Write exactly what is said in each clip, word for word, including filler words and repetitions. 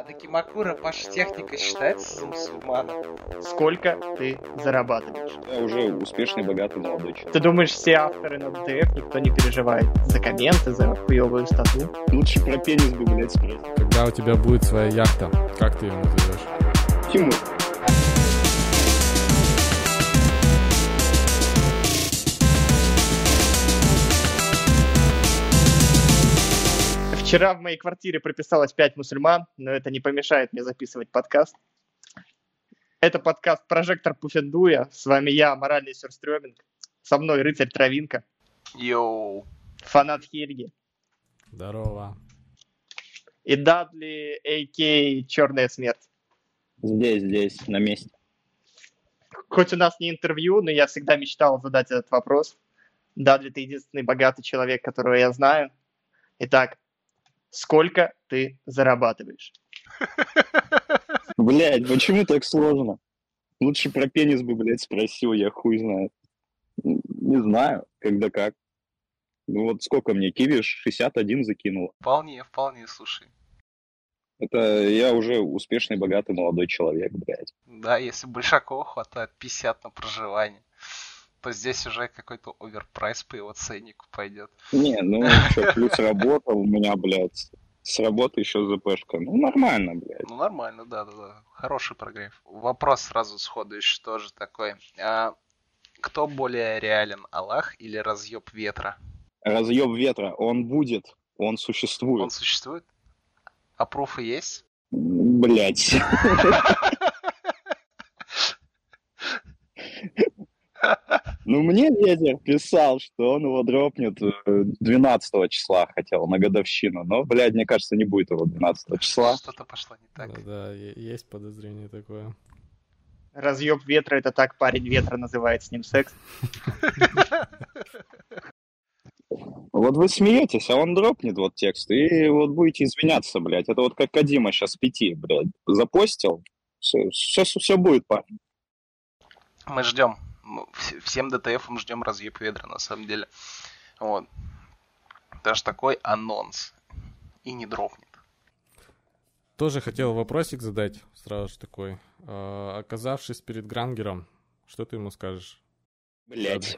таки Макура Паша Техника считается за мусульмана? Сколько ты зарабатываешь? Я уже успешный, богатый молодой человек. Ты думаешь, все авторы на ДТФ, никто не переживает за комменты, за хуёвую стату? Лучше про пенис бы, блядь, спросить. Когда у тебя будет своя яхта, как ты ее назовешь? Тимур. Вчера в моей квартире прописалось пять мусульман, но это не помешает мне записывать подкаст. Это подкаст «Прожектор Пуффендуя». С вами я, моральный сюрстрёминг. Со мной рыцарь Травинка. Йоу. Фанат Хельги. Здорово. И Дадли, а.к.а. Черная Смерть. Здесь, здесь, на месте. Хоть у нас не интервью, но я всегда мечтал задать этот вопрос. Дадли, ты единственный богатый человек, которого я знаю. Итак, сколько ты зарабатываешь? Блядь, почему так сложно? Лучше про пенис бы, блядь, спросил, я хуй знаю. Не знаю, когда как. Ну вот сколько мне, Киви шестьдесят один закинул. Вполне, вполне, слушай. Это я уже успешный, богатый молодой человек, блядь. Да, если Большакова хватает пятьдесят на проживание, то здесь уже какой-то оверпрайс по его ценнику пойдет. Не, ну что, плюс работа у меня, блядь. С работы еще ЗПшка. Ну, нормально, блядь. Ну, нормально, да-да-да. Хороший прогрев. Вопрос сразу сходу еще тоже такой. А кто более реален, Аллах или разъеб ветра? Разъеб ветра, он будет, он существует. Он существует? А пруфы есть? Блядь. Ну, мне ветер писал, что он его дропнет двенадцатого числа, хотел, на годовщину. Но, блядь, мне кажется, не будет его двенадцатого числа. Что-то пошло не так. Да, да, есть подозрение такое. Разъеб ветра — это так парень ветра называет с ним секс. Вот вы смеетесь, а он дропнет вот текст, и вот будете извиняться, блядь. Это вот как Кадима сейчас пяти, блядь, запостил. Все, все, все будет, парень. Мы ждем. Всем ДТФом ждем разъеб ветра, на самом деле. Вот. Даже такой анонс. И не дропнет. Тоже хотел вопросик задать, сразу же такой. А, оказавшись перед Грангером, что ты ему скажешь? Блядь.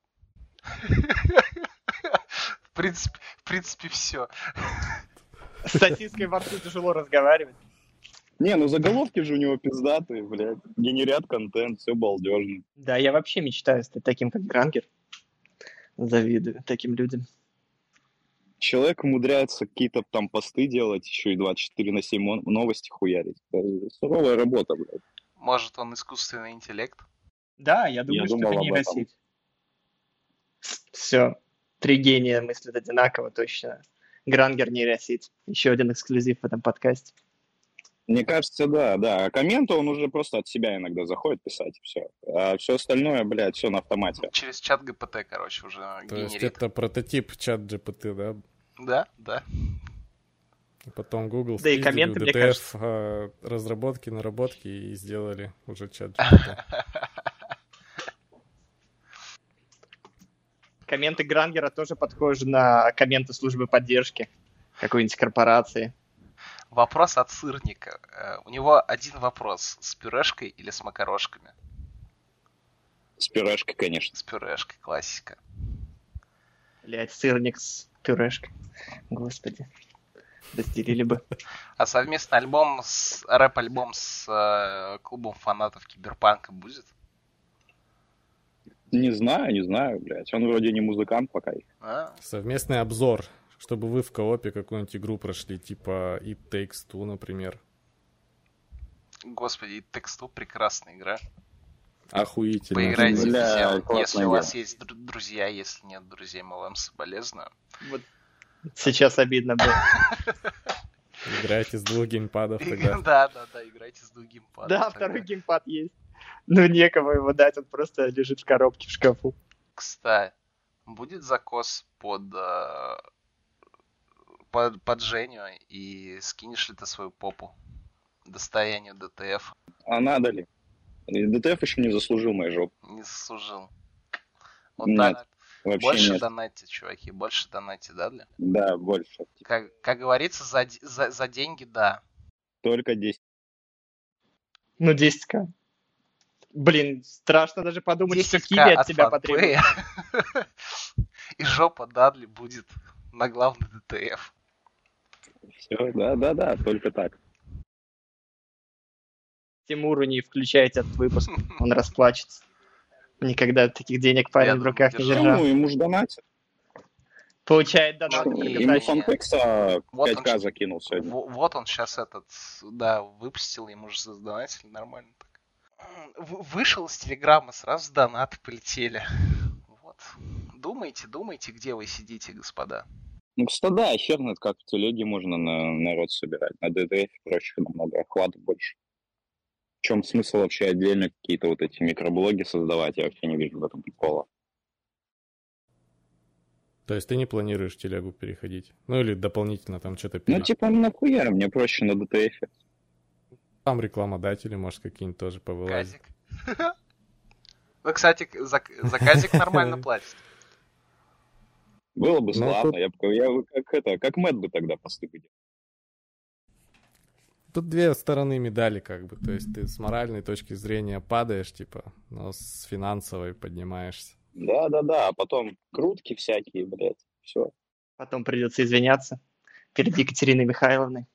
В принципе, в принципе, все. С сосиской во рту тяжело разговаривать. Не, ну заголовки же у него пиздатые, блядь. Генерят контент, все балдежно. Да, я вообще мечтаю стать таким, как Грангер. Завидую таким людям. Человек умудряется какие-то там посты делать, еще и двадцать четыре на семь новости хуярить. Это суровая работа, блядь. Может, он искусственный интеллект? Да, я думаю, Я что думал это об нейросеть. Все. Три гения мыслят одинаково, точно. Грангер, нейросеть. Еще один эксклюзив в этом подкасте. Мне кажется, да, да. А комменты он уже просто от себя иногда заходит писать, и все. А все остальное, блядь, все на автомате. Через чат ГПТ, короче, уже То генерит. есть это прототип чат джи пи ти, да? Да, да. И потом Google Да и спиздили комменты, у мне ди ти эф кажется. а, разработки, наработки и сделали уже чат джи пи ти. Комменты Грангера тоже похожи на комменты службы поддержки какой-нибудь корпорации. Вопрос от сырника. У него один вопрос. С пюрешкой или с макарошками? С пюрешкой, конечно. С пюрешкой, классика. Блять, сырник с пюрешкой. Господи. Достелили бы. А совместный альбом, с, рэп-альбом с э, клубом фанатов Киберпанка будет? Не знаю, не знаю, блядь. Он вроде не музыкант пока. А? Совместный обзор, чтобы вы в коопе какую-нибудь игру прошли, типа It Takes Two, например. Господи, It Takes Two прекрасная игра. Охуительно. Поиграйте Бля, все. классная Если у вас игра. есть дру- друзья, если нет друзей, мы вам соболезную. Вот сейчас обидно было. Играйте с двух геймпадов тогда. Да, да, да, играйте с двух геймпадов. Да, второй геймпад есть. Ну, некому его дать, он просто лежит в коробке в шкафу. Кстати, будет закос под, э, под, под Женю, и скинешь ли ты свою попу достоянию ДТФ? А надо ли? ДТФ еще не заслужил моей жопы. Не заслужил. Вот Нет, так. Вообще Больше нет. донатьте, чуваки, больше донатьте, да, для? Да, больше. Как, как говорится, за, д- за, за деньги, да. Только десять. Ну, десять тысяч. Блин, страшно даже подумать, что десять тысяч Киви от от тебя фанпея, потребует. и жопа Дадли будет на главный ДТФ. Все, да-да-да, только так. Тимуру не включайте этот выпуск, он расплачется. Никогда таких денег парень Я в думаю, руках не держал. держал. Ну, ему ж донатят. Получает донат. Ну, не, Ему не, фанпекса Вот пять он тысяч щ- закинул сегодня. Во- Вот он сейчас этот, да, выпустил, ему же задонатили нормально так. В- Вышел из Телеграма, сразу донаты полетели. Вот. Думайте, думайте, где вы сидите, господа. Ну, кстати, да, хер знает, как в телеге можно на народ собирать. На ДТФ проще намного, охвата больше. В чем смысл вообще отдельно какие-то вот эти микроблоги создавать? Я вообще не вижу в этом прикола. То есть ты не планируешь в телегу переходить? Ну или дополнительно там что-то Ну, пилить? типа, нахуя? Мне проще на ДТФ. Там рекламодатели, может, какие-нибудь тоже повылазят. Казик. Ну, кстати, за, за Казик нормально платят. Было бы Ну, славно. тут- Я бы я бы как это, как Мэтт бы тогда посты выделил. Тут две стороны медали, как бы. То есть ты с моральной точки зрения падаешь, типа, но с финансовой поднимаешься. Да-да-да, а потом крутки всякие, блядь, все. Потом придется извиняться перед Екатериной Михайловной.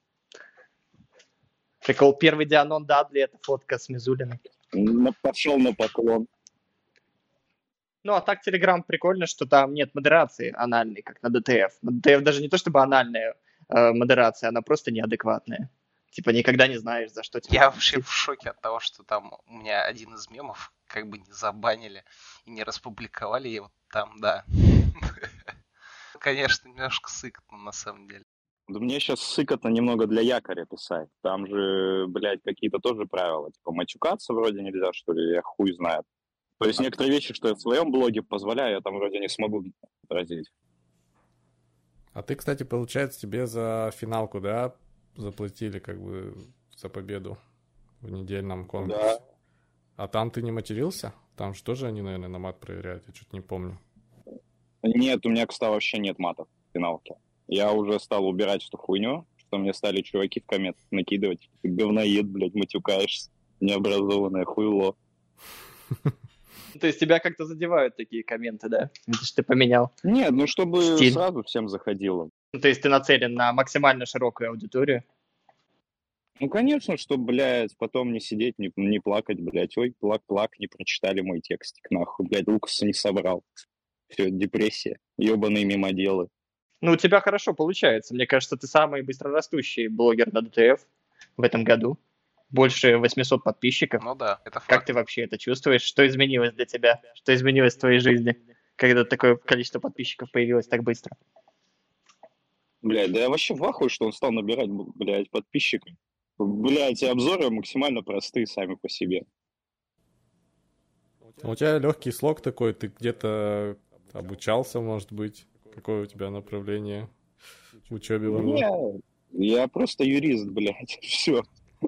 Прикол, первый Дианон Дадли — это фотка с Мизулиной. Пошел на поклон. Ну, а так Телеграм прикольно, что там нет модерации анальной, как на ДТФ. На ДТФ даже не то чтобы анальная э, модерация, она просто неадекватная. Типа никогда не знаешь, за что тебя... Я вообще в шоке от того, что там у меня один из мемов как бы не забанили и не распубликовали, и вот там, да. Конечно, немножко сыкотно на самом деле. Да мне сейчас сыкотно немного для якоря писать. Там же, блядь, какие-то тоже правила. Типа матюкаться вроде нельзя, что ли, я хуй знает. То есть некоторые вещи, что я в своем блоге позволяю, я там вроде не смогу отразить. А ты, кстати, получается, тебе за финалку, да, заплатили как бы за победу в недельном конкурсе? Да. А там ты не матерился? Там же тоже они, наверное, на мат проверяют, я что-то не помню. Нет, у меня, кстати, вообще нет матов в финалке. Я уже стал убирать эту хуйню, что мне стали чуваки в комментах накидывать. Ты говноед, блядь, матюкаешься. Необразованное хуйло. То есть тебя как-то задевают такие комменты, да? Это ж ты поменял. Нет, ну чтобы Стиль. сразу всем заходило. Ну, то есть ты нацелен на максимально широкую аудиторию. Ну, конечно, чтобы, блядь, потом не сидеть, не, не плакать, блядь. Ой, плак-плак, не прочитали мой текстик, нахуй. Блядь, Лукаса не собрал. Все, депрессия. Ебаные мимоделы. Ну, у тебя хорошо получается. Мне кажется, ты самый быстрорастущий блогер на ДТФ в этом году. Больше восемьсот подписчиков. Ну да, это Как факт. ты вообще это чувствуешь? Что изменилось для тебя? Что изменилось в твоей жизни, когда такое количество подписчиков появилось так быстро? Блядь, да я вообще в ахуе, что он стал набирать, блядь, подписчиков. Блядь, и обзоры максимально простые сами по себе. У тебя легкий слог такой, ты где-то обучался, может быть? Какое у тебя направление в учебе было? Не, я просто юрист, блядь, все.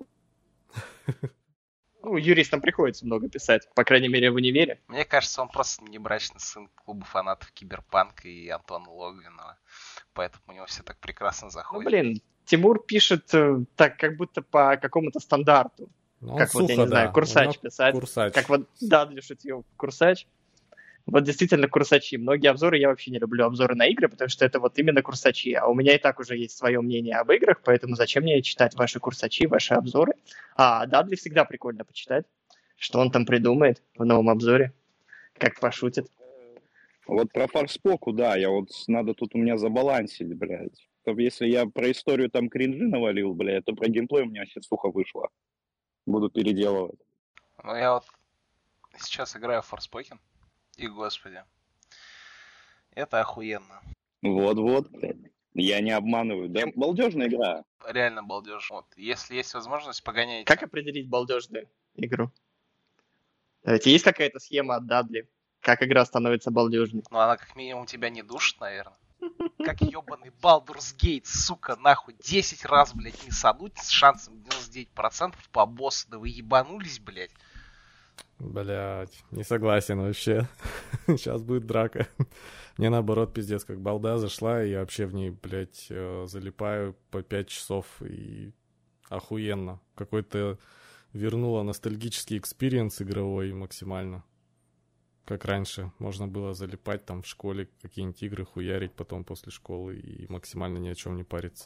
Ну, юристам приходится много писать, по крайней мере, в универе. Мне кажется, он просто внебрачный сын клуба фанатов Киберпанка и Антона Логвинова. Поэтому у него все так прекрасно Ну, заходит. блин, Тимур пишет э, так, как будто по какому-то стандарту. Ну, Как вот, я сухо, не знаю, да. Курсач У него писать. Курсач. Как вот Дадли шутил Курсач. Вот действительно Курсачи. Многие обзоры, я вообще не люблю обзоры на игры, потому что это вот именно Курсачи. А у меня и так уже есть свое мнение об играх, поэтому зачем мне читать ваши Курсачи, ваши обзоры? А Дадли всегда прикольно почитать, что он там придумает в новом обзоре, как пошутит. Вот про форспоку, да, я вот, надо тут у меня забалансить, блядь. Чтобы если я про историю там кринжи навалил, блядь, то про геймплей у меня сейчас сухо вышло. Буду переделывать. Ну, я вот сейчас играю в Forspoken, и, господи, это охуенно. Вот-вот, блядь. Я не обманываю. Да, балдежная игра. Реально балдеж. Вот, если есть возможность, погоняйте. Как определить балдежную игру? Давайте, есть какая-то схема от Дадли? Как игра становится балдежной? Ну, она как минимум тебя не душит, наверное. Как ебаный Baldur's Gate, сука, нахуй, десять раз, блядь, не садуть с шансом девяносто девять процентов по боссу. Да вы ебанулись, блядь. Блять, не согласен вообще. Сейчас будет драка. Мне наоборот пиздец, как балда зашла, и я вообще в ней, блядь, залипаю по пять часов и охуенно. Какой-то вернула ностальгический экспириенс игровой максимально. Как раньше. Можно было залипать там в школе, какие-нибудь игры хуярить потом после школы и максимально ни о чем не париться.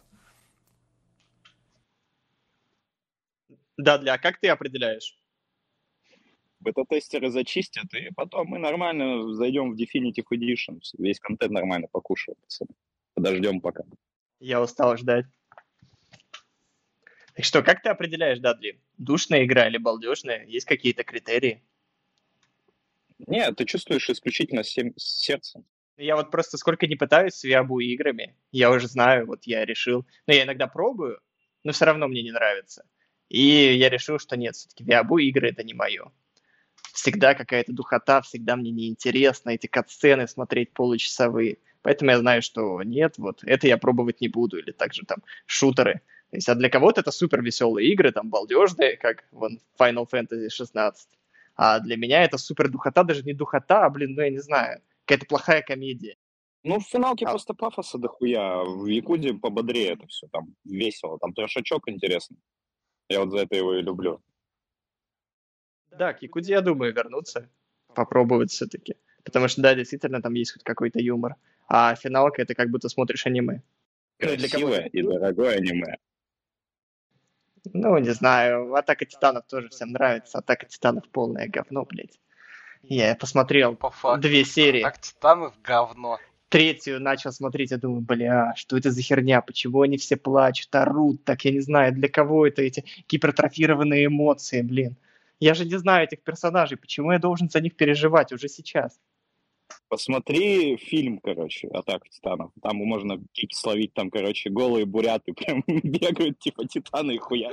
Да, для, а как ты определяешь? Бета-тестеры зачистят, и потом мы нормально зайдем в Definitive Edition. Весь контент нормально покушаем. Подождем пока. Я устал ждать. Так что, как ты определяешь, Дадли? Душная игра или балдежная? Есть какие-то критерии? Нет, ты чувствуешь исключительно сем- сердцем. Я вот просто сколько не пытаюсь с Виабу играми, я уже знаю, вот я решил. Но я иногда пробую, но все равно мне не нравится. И я решил, что нет, все-таки Виабу игры это не мое. Всегда какая-то духота, всегда мне неинтересно эти катсцены смотреть получасовые. Поэтому я знаю, что нет, вот это я пробовать не буду. Или также там шутеры. То есть, а для кого-то это супер веселые игры, там балдежные, как вон Final Fantasy шестнадцать. А для меня это супер духота, даже не духота, а, блин, ну я не знаю, какая-то плохая комедия. Ну, в финалке А- просто пафоса дохуя. В Якуде пободрее это все. Там весело, там трешачок интересный. Я вот за это его и люблю. Да, к Якуде, я думаю, вернуться, попробовать все-таки. Потому что, да, действительно, там есть хоть какой-то юмор. А финалка — это как будто смотришь аниме. Ну, и для Красивое кого-то- и дорогое аниме. Ну, не знаю, Атака Титанов тоже всем нравится. Атака Титанов полное говно, блядь. Я посмотрел По факту. две серии. Так Титанов говно. Третью начал смотреть, я думаю, бля, что это за херня? Почему они все плачут, орут? Так, я не знаю, для кого это эти гипертрофированные эмоции, блин. Я же не знаю этих персонажей, почему я должен за них переживать уже сейчас? Посмотри фильм, короче, «Атака титанов». Там можно кики словить, там, короче, голые буряты прям бегают, типа титаны и хуя.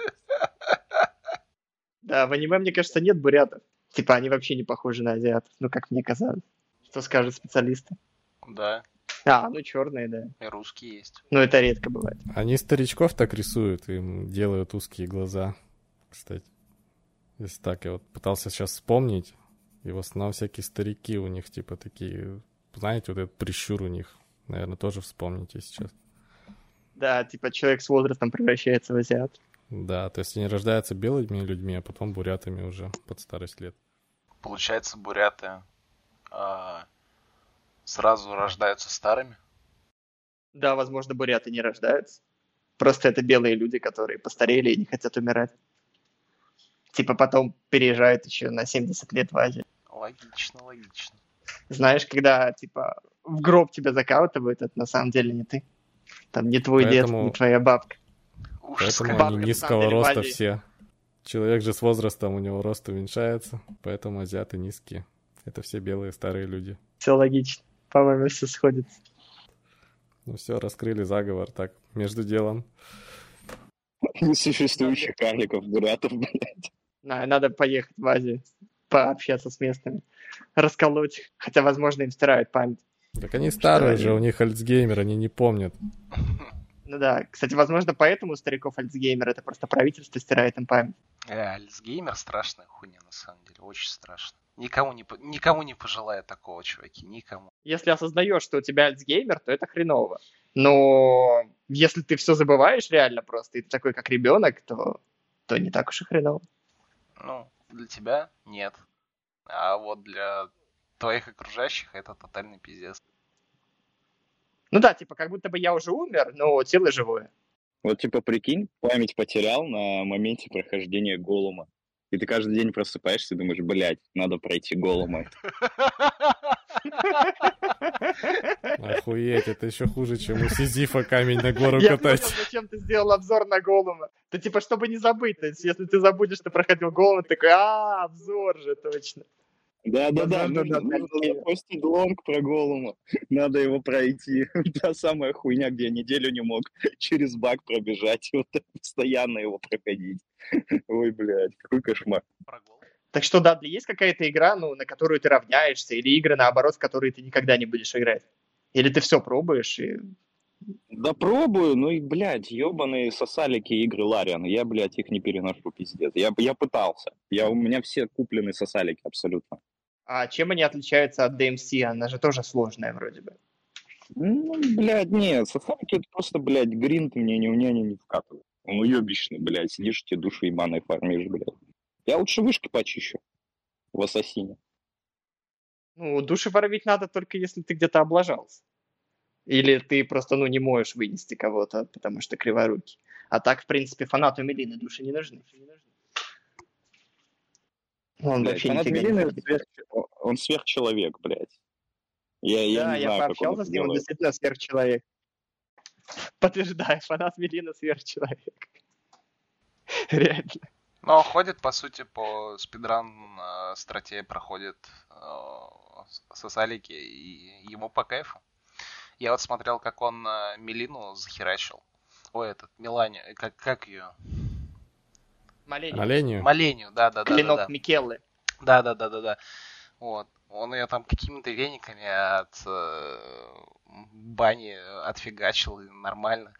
Да, в аниме, мне кажется, нет бурятов. Типа, они вообще не похожи на азиатов, ну, как мне казалось. Что скажут специалисты? Да, А, ну, черные, да. и русские есть. Но это редко бывает. Они старичков так рисуют, им делают узкие глаза, кстати. Если так, я вот пытался сейчас вспомнить, и в основном всякие старики у них, типа, такие, знаете, вот этот прищур у них, наверное, тоже вспомните сейчас. Да, типа, человек с возрастом превращается в азиат. Да, то есть они рождаются белыми людьми, а потом бурятами уже под старость лет. Получается, буряты а, сразу рождаются старыми. Да, возможно, буряты не рождаются. Просто это белые люди, которые постарели и не хотят умирать. Типа потом переезжают еще на семьдесят лет в Азию. Логично, логично. Знаешь, когда, типа, в гроб тебя закатывают, это на самом деле не ты. Там не твой Поэтому- дед, не твоя бабка. Ужас. Поэтому бабка, они на низкого самом деле, в роста Азии. все. Человек же с возрастом, у него рост уменьшается, поэтому азиаты низкие. Это все белые старые люди. Все логично. По-моему, все сходится. Ну все, раскрыли заговор так, между делом. Несуществующих карликов, бурятов, блядь. На- Надо поехать в Азию, пообщаться с местными, расколоть их. Хотя, возможно, им стирают память. Так они старые они? же, у них альцгеймер, они не помнят. Ну да, кстати, возможно, поэтому у стариков Альцгеймер это просто правительство стирает им память. Э, Альцгеймер страшная хуйня, на самом деле. Очень страшно. Никому не, по- никому не пожелаю такого, чуваки. Никому. Если осознаешь, что у тебя Альцгеймер, то это хреново. Но если ты все забываешь реально просто, и ты такой как ребенок, то, то не так уж и хреново. Ну, для тебя нет. А вот для твоих окружающих это тотальный пиздец. Ну да, типа как будто бы я уже умер, но тело живое. Вот типа прикинь, память потерял на моменте прохождения Голума. И ты каждый день просыпаешься и думаешь, блядь, надо пройти Голума. Охуеть, это еще хуже, чем у Сизифа камень на гору Я катать. понял, зачем ты сделал обзор на Голума. То типа, чтобы не забыть. То есть, если ты забудешь, что проходил Голума, ты такой, а, обзор же, точно. Да-да-да, Да-да-да, нужно, да, нужно да. запостить лонг про Голума. Надо его пройти. Та самая хуйня, где я неделю не мог через баг пробежать. Вот так постоянно его проходить. Ой, блядь, какой кошмар. Прогул. Так что, да, есть какая-то игра, ну, на которую ты равняешься, или игры, наоборот, в которые ты никогда не будешь играть? Или ты все пробуешь и... Да пробую, ну и, блядь, ебаные сосалики игры Лариан. Я, блядь, их не переношу, пиздец. Я, я пытался. Я, у меня все куплены сосалики абсолютно. А чем они отличаются от ди эм си? Она же тоже сложная вроде бы. Ну, блядь, нет, сосалики это просто, блядь, гринд мне не, у меня не вкатывает. Он уебищный, блядь, сидишь, тебе души ебаной фармишь, блядь. Я лучше вышки почищу в Ассасине. Ну, души фармить надо только если ты где-то облажался. Или ты просто, ну, не можешь вынести кого-то, потому что криворукий. А так, в принципе, фанату Мелины души не нужны. Он Блядь, вообще фанат нифига не Мелины, фармит. сверх... он сверхчеловек, блядь. Я, я Да, не я знаю, как он пообщался это с ним, он делает. действительно сверхчеловек. Подтверждаю, фанат Мелины сверхчеловек. Реально. Но он ходит, по сути, по спидран э, страте, проходит э, сосалики, и ему по кайфу. Я вот смотрел, как он э, Мелину захерачил. Ой, этот, Милане, как, как ее? Маленький. Оленью? Маленью, да-да-да. Клинок да, Микеллы. Да-да-да-да-да. Вот. Он ее там какими-то вениками от э, бани отфигачил, и нормально.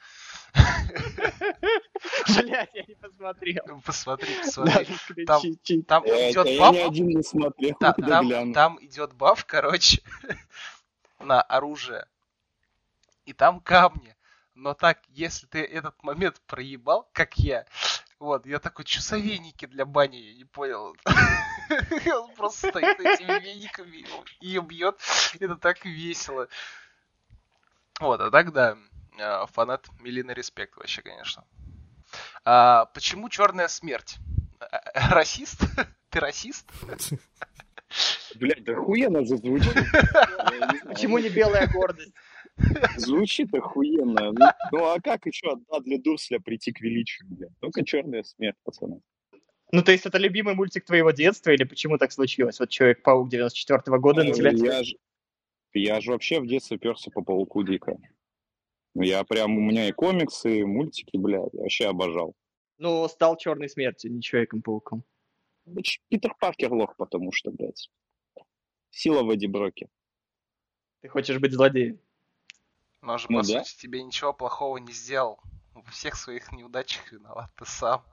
Блять, я не посмотрел. Посмотри, посмотри. Надо Там, включить. там Э, идет я баф. ни один не смотрел. Та- да там, гляну. там идет баф, короче, на оружие. И там камни. Но так, если ты этот момент проебал, как я, вот, я такой, что за веники для бани, я не понял. Он просто стоит этими вениками и бьет. Это так весело. Вот, а так, да, э, фанат Мелины респект вообще, конечно. А почему черная смерть? Э, Расист? Ты расист? Блядь, да охуенно же звучит. Я не знаю. Почему не белая гордость? Звучит охуенно. Ну, ну а как еще от Дадли Дурсля прийти к величию, блядь? Только черная смерть, пацаны. Ну, то есть это любимый мультик твоего детства, или почему так случилось? Вот Человек-паук девяносто четвёртого года на тебя... Я же я же вообще в детстве перся по Пауку дико. Ну, я прям, у меня и комиксы, и мультики, блядь, я вообще обожал. Ну, стал Черной смертью, не Человеком-пауком. Ну, ч- Питер Паркер лох, потому что, блядь. Сила в Эдди Броке. Ты хочешь быть злодеем. Но же, Ну по да. сути, тебе ничего плохого не сделал. Во всех своих неудачах виноват ты сам.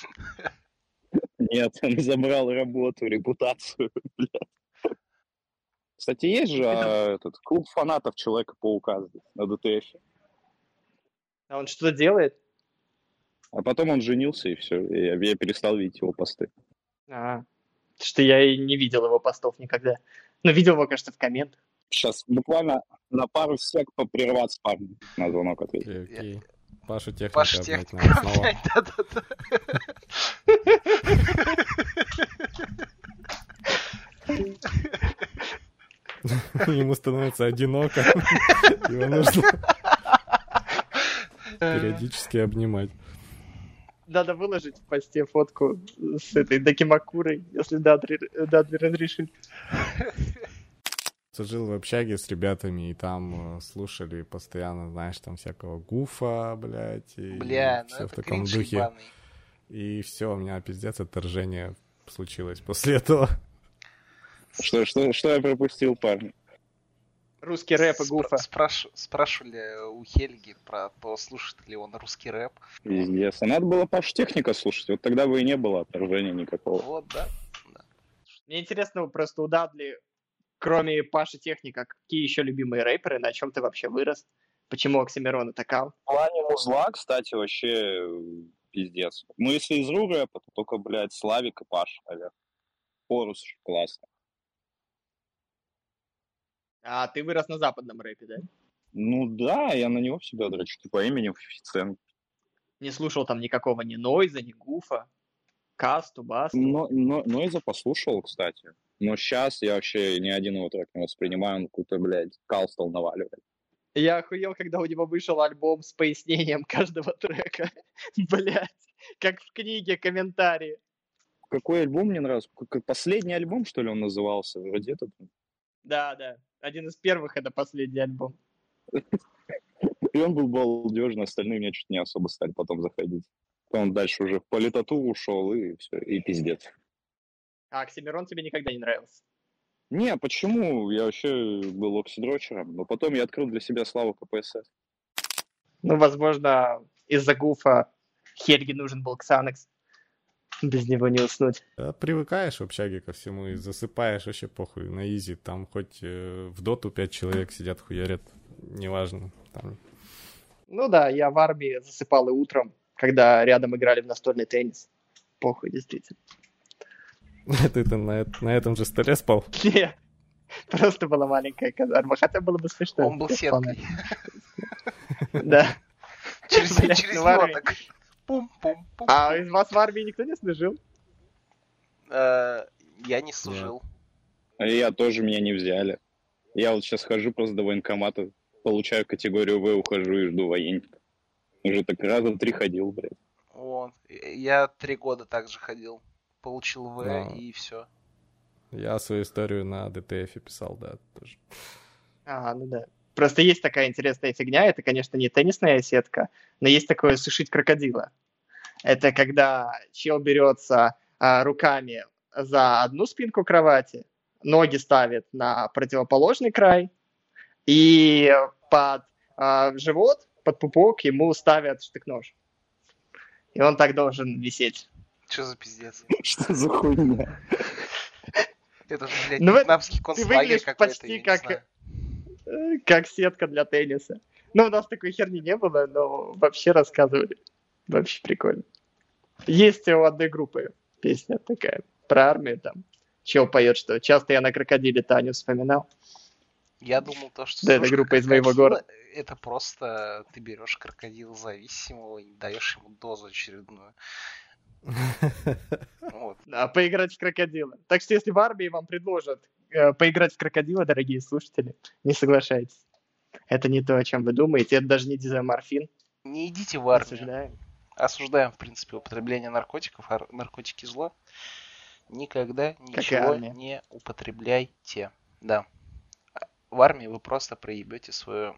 Нет, он забрал работу, репутацию, блядь. Кстати, есть же а, этот клуб фанатов Человека-паука на ДТФ. А он что-то делает? А потом он женился, и все. Я, я перестал видеть его посты. А, что я и не видел его постов никогда. Ну, видел его, кажется, в комментах. Сейчас буквально на пару сек попрерваться парню на звонок ответить. Окей, окей. Пашу техника Паш обнять техника надо снова. обнять, да-да-да. Ему становится одиноко. Его нужно периодически обнимать. Надо выложить в посте фотку с этой Дакимакурой, если Дадли, Дадли разрешит. Жил в общаге с ребятами, и там э, слушали постоянно, знаешь, там всякого гуфа, блядь, и Бля, ну все в это таком кринж духе. ебаный. И все, у меня пиздец отторжение случилось после этого. Что, что, что я пропустил, парни? Русский рэп и Спра- гуфа. спраш- Спрашивали у Хельги про то, слушает ли он русский рэп. Пиздец. А надо было Паш Техника слушать. Вот тогда бы и не было отторжения никакого. Вот, да. Мне интересно просто у Дадли, кроме Паши Техника, какие еще любимые рэперы, на чем ты вообще вырос? Почему Оксимирон атакал? В плане музла, кстати, вообще э, пиздец. Ну, если из ру рэпа, то только, блядь, Славик и Паша, наверное. Хорус классно. А ты вырос на западном рэпе, да? Ну да, я на него всегда дрочу. По имени Фифицен. Не слушал там никакого ни Нойза, ни Гуфа, Касту, Басту. Но, но, Нойза послушал, кстати. Но сейчас я вообще ни один его трек не воспринимаю. Он какой-то, блядь, кал стал наваливать. Я охуел, когда у него вышел альбом с пояснением каждого трека. Блять, как в книге комментарии. Какой альбом мне нравился? Как- Последний альбом, что ли, он назывался? Вроде этот. Да, да. Один из первых — это последний альбом. И он был балдежный, остальные мне чуть не особо стали потом заходить. Он дальше уже в политоту ушел, и все, и пиздец. А Оксимирон тебе никогда не нравился? Не, почему? Я вообще был оксидрочером, но потом я открыл для себя славу КПСС. Ну, возможно, из-за Гуфа Хельге нужен был Ксанекс. Без него не уснуть. Да, привыкаешь в общаге ко всему и засыпаешь вообще похуй на изи. Там хоть э, в доту пять человек сидят, хуярят, неважно. Там... Ну да, я в армии засыпал и утром, когда рядом играли в настольный теннис. Похуй, действительно. Ты на на этом же столе спал? Нет, просто была маленькая казарма, хотя было бы смешно. Он был сеткой. Да. Через Блядь, через ну в него армии- так. Пум-пум-пум. А из вас в армии никто не служил? Э, Я не служил. А я тоже, меня не взяли. Я вот сейчас хожу просто до военкомата, получаю категорию В, ухожу и жду военника. Уже так раза три ходил, блядь. Вот. Я три года также ходил. Получил В А. и все. Я свою историю на ди ти эф писал, да, тоже. Ага, ну да. Просто есть такая интересная фигня, это, конечно, не теннисная сетка, но есть такое сушить крокодила. Это когда чел берется а, руками за одну спинку кровати, ноги ставит на противоположный край, и под а, живот, под пупок ему ставят штык-нож. И он так должен висеть. Что за пиздец? Что за хуйня? Это же, блядь, Ну, это- вьетнамский ты концлагерь выглядишь какой-то, почти я не как- знаю. Э, Как сетка для тенниса. Ну, у нас такой херни не было, но вообще рассказывали. Вообще прикольно. Есть у одной группы песня такая про армию там. Чел поет, что часто я на крокодиле Таню вспоминал. Я думал то, что Да, это сушка группа из моего крокодила города. — это просто ты берешь крокодила зависимого и даешь ему дозу очередную. Вот. Да, поиграть в крокодила. Так что если в армии вам предложат э, поиграть в крокодила, дорогие слушатели, не соглашайтесь. Это не то, о чем вы думаете. Это даже не дизоморфин. Не идите в армию. Осуждаем. Осуждаем, в принципе, употребление наркотиков. Ар- Наркотики зло. Никогда и ничего армия. не употребляйте. Да. А В армии вы просто проебете свое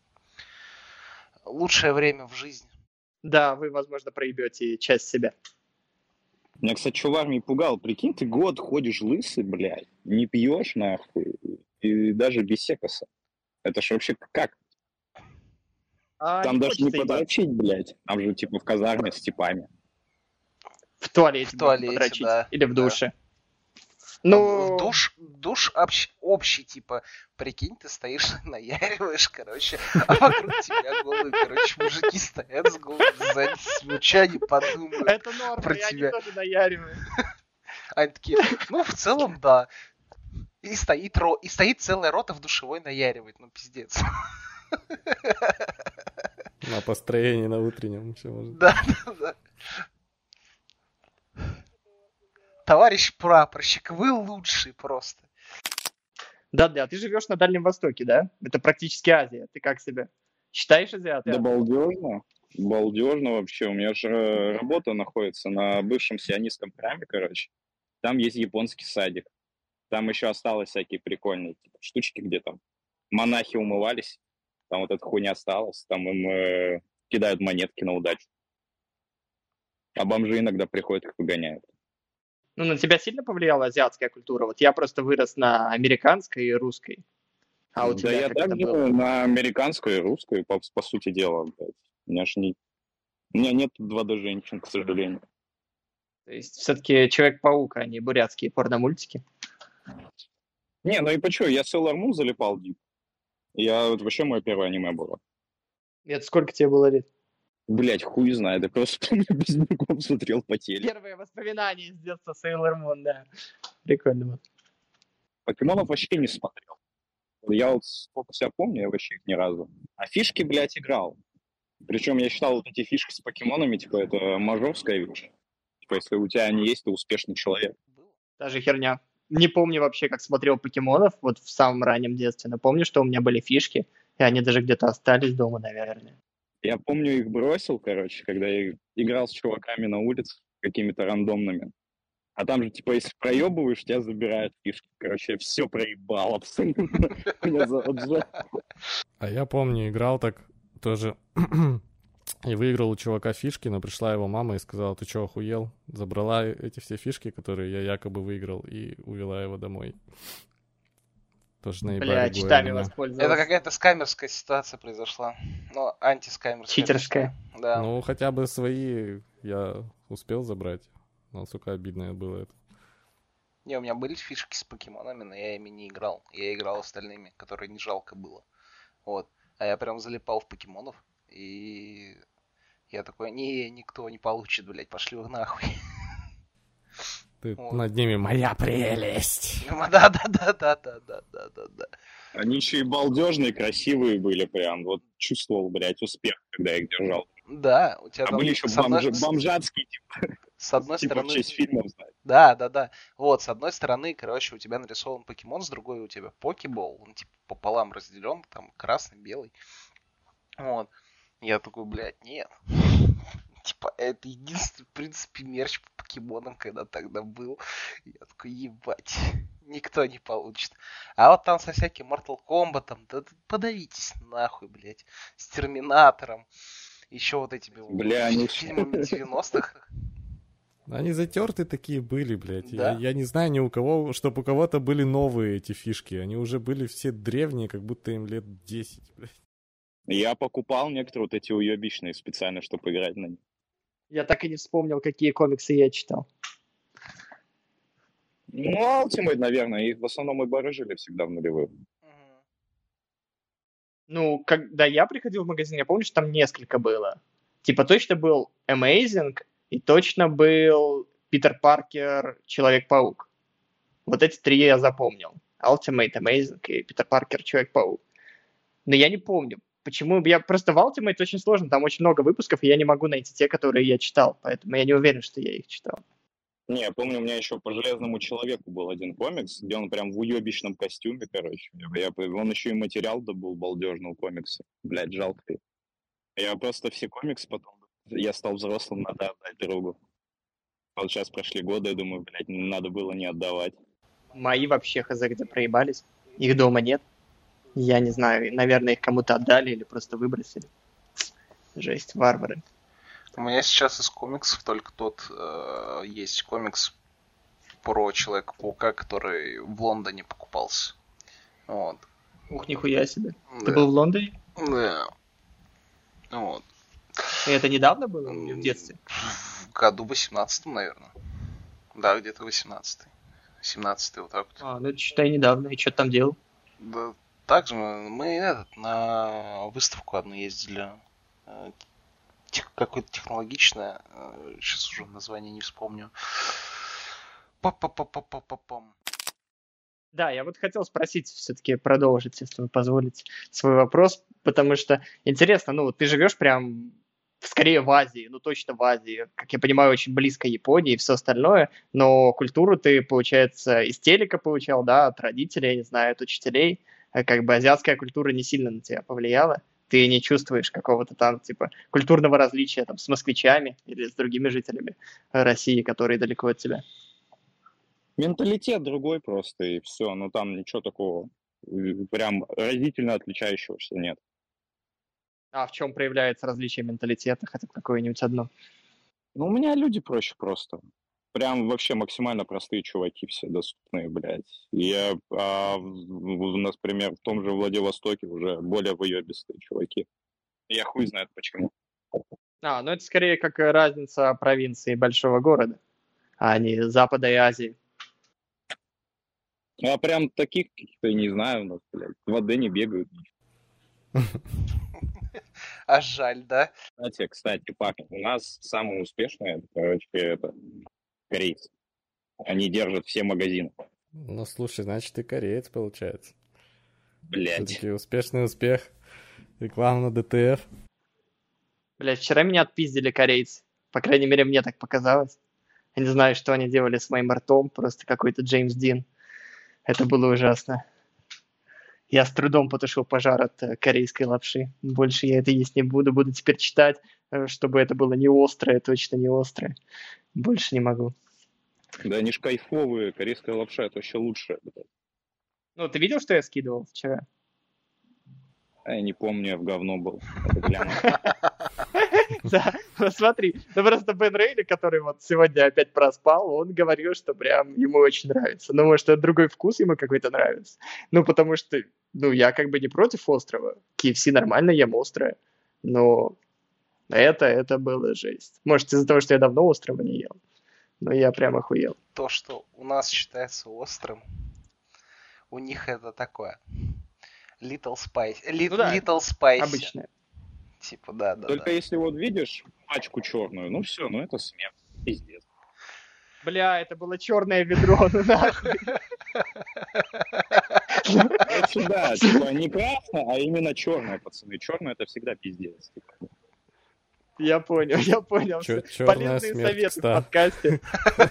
лучшее время в жизни. Да, вы, возможно, проебете часть себя. Меня, кстати, что в армии пугал. Прикинь, ты год ходишь лысый, блядь, не пьешь, нахуй, и даже без секаса. Это ж вообще как? А Там не даже не хочется ебаться. подрочить, блядь. Там же типа в казарме с типами. В туалете, В можно туалете, подрочить. да, Или в да. душе. Ну, Ну, душ, душ общ- общий, типа, прикинь, ты стоишь, наяриваешь, короче, а вокруг тебя голые, короче, мужики стоят с голыми задницами, что они подумают. это норма, про я тебя. не тоже наяриваю. Они такие, ну, в целом, да. И стоит, ро... и стоит целая рота в душевой наяривает, ну, пиздец. На построении, на утреннем все может. Да, да, да. Товарищ прапорщик, вы лучший просто. Да, да, ты живешь на Дальнем Востоке, да? Это практически Азия. Ты как себя считаешь азиатом? Да балдежно. Балдежно вообще. У меня же работа находится на бывшем сионистском храме, короче. Там есть японский садик. Там еще осталось всякие прикольные типа, штучки, где там монахи умывались. Там вот эта хуйня осталась. Там им э, кидают монетки на удачу. А бомжи иногда приходят, их выгоняют. Ну, на тебя сильно повлияла азиатская культура? Вот я просто вырос на американской и русской. А у да тебя я как это также было? на американскую и русскую, по, по сути дела. Блядь. У меня ж не... У меня нет два дэ женщин, к сожалению. То есть все-таки Человек-паук, а не бурятские порномультики. Не, ну и почему? Я Sailor Moon залипал дип. Я вот вообще мое первое аниме было. Это сколько тебе было лет? Блять, хуй знает, я просто помню, без никого смотрел по теле. Первое воспоминание из детства Sailor Moon, да. Прикольно было. Покемонов вообще не смотрел. Я вот сколько себя помню, я вообще их ни разу. А фишки, блядь, играл. Причем я считал вот эти фишки с покемонами, типа, это мажорская вещь. Типа, если у тебя они есть, ты успешный человек. Та же херня. Не помню вообще, как смотрел покемонов вот в самом раннем детстве, но помню, что у меня были фишки, и они даже где-то остались дома, наверное. Я помню, их бросил, короче, когда я играл с чуваками на улице, какими-то рандомными. А там же, типа, если проебываешь, тебя забирают фишки. Короче, я все проебал абсолютно. Меня за- А я помню, играл так тоже и выиграл у чувака фишки, но пришла его мама и сказала: ты чё, охуел? Забрала эти все фишки, которые я якобы выиграл, и увела его домой. Тоже наебали Бля, гоя читами меня. воспользовался. Это какая-то скамерская ситуация произошла. Ну, антискамерская. Читерская. точнее. Да. Ну, хотя бы свои я успел забрать. Но, сука, обидно было это. Не, у меня были фишки с покемонами, но я ими не играл. Я играл остальными, которые не жалко было. Вот. А я прям залипал в покемонов. И Я такой, не, никто не получит, блядь, пошли вы нахуй. Ты Вот. над ними моя прелесть. Да-да-да-да-да-да-да-да. Они еще и балдежные, красивые были прям. Вот чувствовал, блядь, успех, когда я их держал. Да, у тебя А там были еще с одной, бомж... с- бомжатские, типа, с одной типа в стороны... честь фильмов, знаешь. Да, да, да. Вот, с одной стороны, короче, у тебя нарисован покемон, с другой у тебя покебол. Он типа пополам разделен, там красный, белый. Вот. Я такой, блядь, нет. Типа, это единственный, в принципе, мерч по покемонам, когда тогда был. Я такой, ебать, никто не получит. А вот там со всяким Mortal Kombat, да, да подавитесь нахуй, блядь. С Терминатором. Еще вот этими Бля, они- фильмами девяностых. Они затертые такие были, блядь. Да. Я, я не знаю ни у кого, чтобы у кого-то были новые эти фишки. Они уже были все древние, как будто им лет десять, блядь. Я покупал некоторые вот эти уебищные специально, чтобы играть на них. Я так и не вспомнил, какие комиксы я читал. Ну, Ultimate, наверное, их в основном и барыжили всегда в нулевых. Ну, когда я приходил в магазин, я помню, что там несколько было. Типа точно был Amazing и точно был Питер Паркер, Человек-паук. Вот эти три я запомнил. Ultimate, Amazing и Питер Паркер, Человек-паук. Но я не помню. Почему? Я просто в Ultimate очень сложно, там очень много выпусков, и я не могу найти те, которые я читал. Поэтому я не уверен, что я их читал. Не, я помню, у меня еще по Железному Человеку был один комикс, где он прям в уебищном костюме, короче. Я, он еще и материал добыл балдежного комикса. Блядь, жалко. Я просто все комиксы потом... Я стал взрослым, надо отдать другу. Вот сейчас прошли годы, я думаю, блядь, надо было не отдавать. Мои вообще хз где проебались. Их дома нет. Я не знаю, наверное, их кому-то отдали или просто выбросили. Жесть, варвары. У меня сейчас из комиксов только тот э, есть комикс про Человека-паука, который в Лондоне покупался. Вот. Ух, нихуя себе. Да. Ты был в Лондоне? Да. Вот. И это недавно было? Или в детстве? В году восемнадцатом, наверное. Да, где-то восемнадцатый. семнадцатый, вот так вот. А, ну это считай недавно. И что ты там делал? Да, также мы, мы этот, на выставку одну ездили. э, тех- Какое-то технологичное. э, Сейчас уже название не вспомню. Па-па-па-па-па-па-пам. Да, я вот хотел спросить, все-таки продолжить, если вы позволите, свой вопрос, потому что интересно, ну, ты живешь прям скорее в Азии, ну, точно в Азии, как я понимаю, очень близко Японии и все остальное, но культуру ты, получается, из телека получал, да, от родителей, я не знаю, от учителей, а как бы азиатская культура не сильно на тебя повлияла, ты не чувствуешь какого-то там, типа, культурного различия там с москвичами или с другими жителями России, которые далеко от тебя. Менталитет другой просто, и все. Ну, там ничего такого э, прям разительно отличающегося нет. А в чем проявляется различие менталитета, хотя бы какое-нибудь одно? Ну, у меня люди проще просто. Прям вообще максимально простые чуваки все доступные, блядь. Я, а, в- в- например, в том же Владивостоке уже более выебистые чуваки. Я хуй знает почему. А, ну это скорее как э, разница провинции и большого города, а не Запада и Азии. А прям таких каких-то, я не знаю, у нас, блядь, в воде не бегают. А жаль, да? Кстати, кстати, Пак, у нас самое успешное, это, короче, это корейцы. Они держат все магазины. Ну, слушай, значит, ты кореец, получается. Блядь. Все-таки успешный успех. Реклама на ДТФ. Блядь, вчера меня отпиздили корейцы. По крайней мере, мне так показалось. Я не знаю, что они делали с моим ртом, просто какой-то Джеймс Дин. Это было ужасно. Я с трудом потушил пожар от э, корейской лапши. Больше я это есть не буду. Буду теперь читать, э, чтобы это было не острое, точно не острое. Больше не могу. Да они ж кайфовые, корейская лапша, это вообще лучшее. блядь. Ну, ты видел, что я скидывал вчера? А я не помню, я в говно был. Это гляну. Да, ну смотри, ну просто Бен Рейли, который вот сегодня опять проспал, он говорил, что прям ему очень нравится. Ну, может, это другой вкус ему какой-то нравится. Ну, потому что, ну, я как бы не против острова. кей эф си нормально ем острое, но это, это было жесть. Может, из-за того, что я давно острова не ел. Но я прям охуел. То, что у нас считается острым, у них это такое. Little spice. Li- Ну да, little spicy. Обычное. Типа, да, да, Только да. если вот видишь пачку черную, ну все, ну это смерть. Пиздец. Бля, это было черное ведро, ну нахуй. Короче, да, типа не красное, а именно черное, пацаны. Черное это всегда пиздец. Типа. Я понял, я понял. Чё- Всё. чёрная Полезные смерть, советы в кстати. подкасте.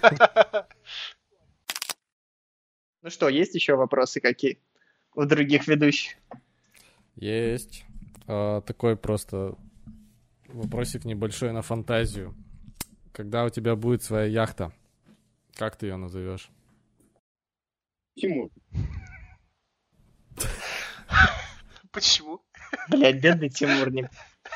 Ну что, есть еще вопросы какие у других ведущих? Есть. А, такой просто вопросик небольшой на фантазию. Когда у тебя будет своя яхта, как ты ее назовешь? Тимур. Почему? Блядь, бедный Тимур. не-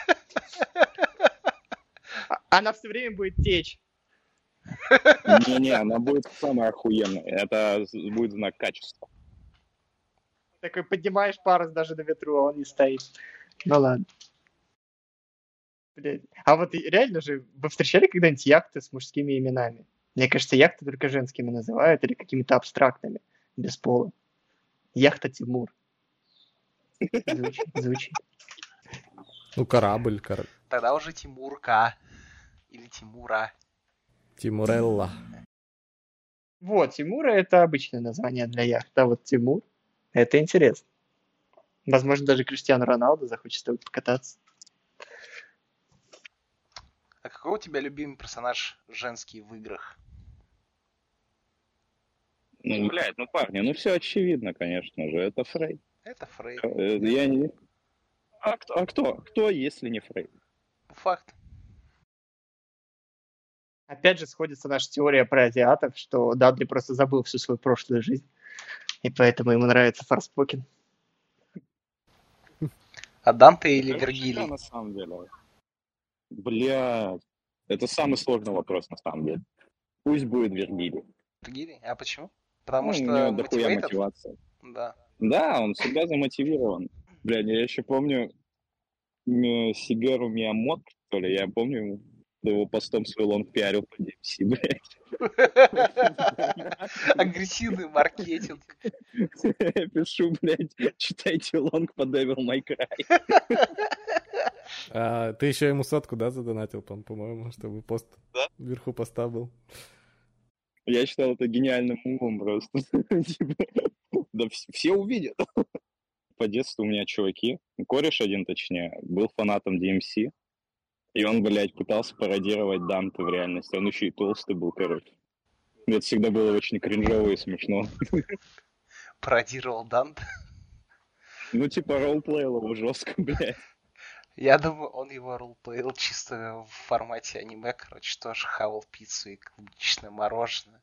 А- Она все время будет течь. Не-не, она будет самая охуенная. Это з- будет знак качества. Такой поднимаешь парус даже на ветру, а он не стоит. Ну ладно. Блядь. А вот и реально же, вы встречали когда-нибудь яхты с мужскими именами? Мне кажется, яхты только женскими называют или какими-то абстрактными, без пола. Яхта Тимур. Звучит, звучит. Ну, корабль, кор... Тогда уже Тимурка. Или Тимура. Тимурелла. Вот, Тимура это обычное название для яхт, а вот Тимур, это интересно. Возможно, даже Криштиану Роналду захочет с тобой покататься. А какой у тебя любимый персонаж женский в играх? Ну, блядь, ну парни, ну все очевидно, конечно же. Это Фрей. Это Фрей. Э, Я не... А кто, а кто? Кто, если не Фрей? Факт. Опять же сходится наша теория про азиатов, что Дадли просто забыл всю свою прошлую жизнь, и поэтому ему нравится Форспокен. А Данте или Короче, да, Вергилий? на самом деле. Блядь. Это самый сложный вопрос, на самом деле. Пусть будет Вергилий. Вергилий? А почему? Потому Ну, что у него дохуя motivated? мотивация. Да. Да, он всегда замотивирован. Блядь, я еще помню м, Сигеру Миямото, что ли, я помню, его постом свой лонг пиарил по ди эм си, блядь. Агрессивный маркетинг. Я пишу, блядь, читайте лонг по Devil May Cry. А, ты еще ему сотку, да, задонатил, по- по-моему, чтобы пост Да. вверху поста был? Я считал это гениальным мувом просто. Типа, да вс- все увидят. По детству у меня чуваки, кореш один точнее, был фанатом ди эм си, и он, блядь, пытался пародировать Данте в реальности. Он еще и толстый был, короче. Это всегда было очень кринжово и смешно. Пародировал Данте. Ну, типа, ролплейл его жестко, блядь. Я думаю, он его ролплеил чисто в формате аниме, короче, тоже хавал пиццу и клубничное мороженое.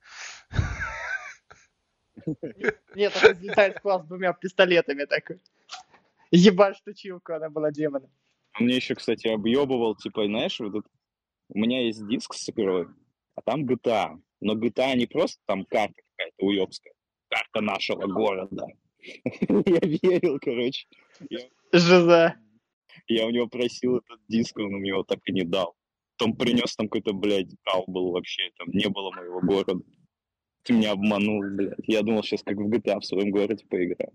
Нет, он взлетает в класс с двумя пистолетами такой. Ебашь тучилку, она была демоном. Он мне еще, кстати, объебывал, типа, знаешь, вот это... У меня есть диск с игрой, а там джи ти эй. Но джи ти эй не просто там карта какая-то уебская. Карта нашего города. Я верил, короче. Я, Жиза. я у него просил этот диск, он мне его так и не дал. Потом принес там какой-то, блядь, кал был вообще, там не было моего города. Ты меня обманул, блядь. Я думал, сейчас как в джи ти эй в своем городе поиграю.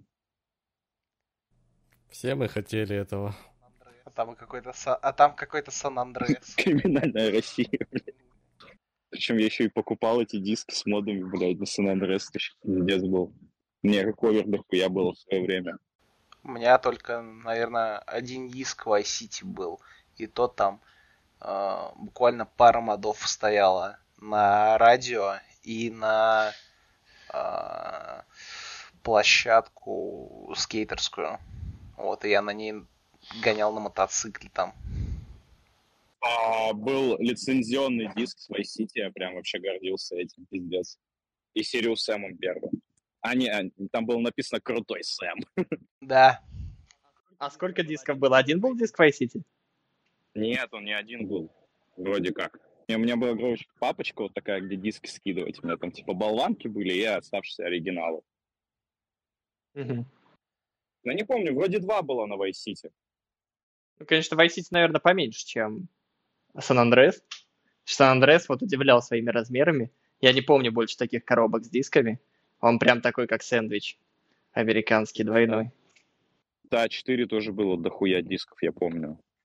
Все мы хотели этого. А там какой-то Са- а там какой-то Сан-Андреас. Криминальная Россия, блядь. Причем я еще и покупал эти диски с модами, блядь, на Сан Андреас, это ещё пиздец был. Мне ковер дохуя было в свое время. У меня только, наверное, один диск Vice City был. И то там э, буквально пара модов стояла на радио и на э, площадку скейтерскую. Вот, и я на ней гонял на мотоцикле там. А, был лицензионный диск с Vice City, я прям вообще гордился этим, пиздец. И Сириус Сэмом первым. А не, а, там было написано «Крутой Сэм». Да. А сколько дисков было? Один был диск Vice City? Нет, он не один был, вроде как. И у меня была, короче, папочка вот такая, где диски скидывать. У меня там типа болванки были и оставшиеся оригиналы. Мгм. Но не помню, вроде два было на Vice City. Ну, конечно, Vice City, наверное, поменьше, чем Сан-Андреас. Сан-Андреас вот удивлял своими размерами. Я не помню больше таких коробок с дисками. Он прям такой, как сэндвич. Американский, двойной. Да, четыре тоже было дохуя дисков, я помню.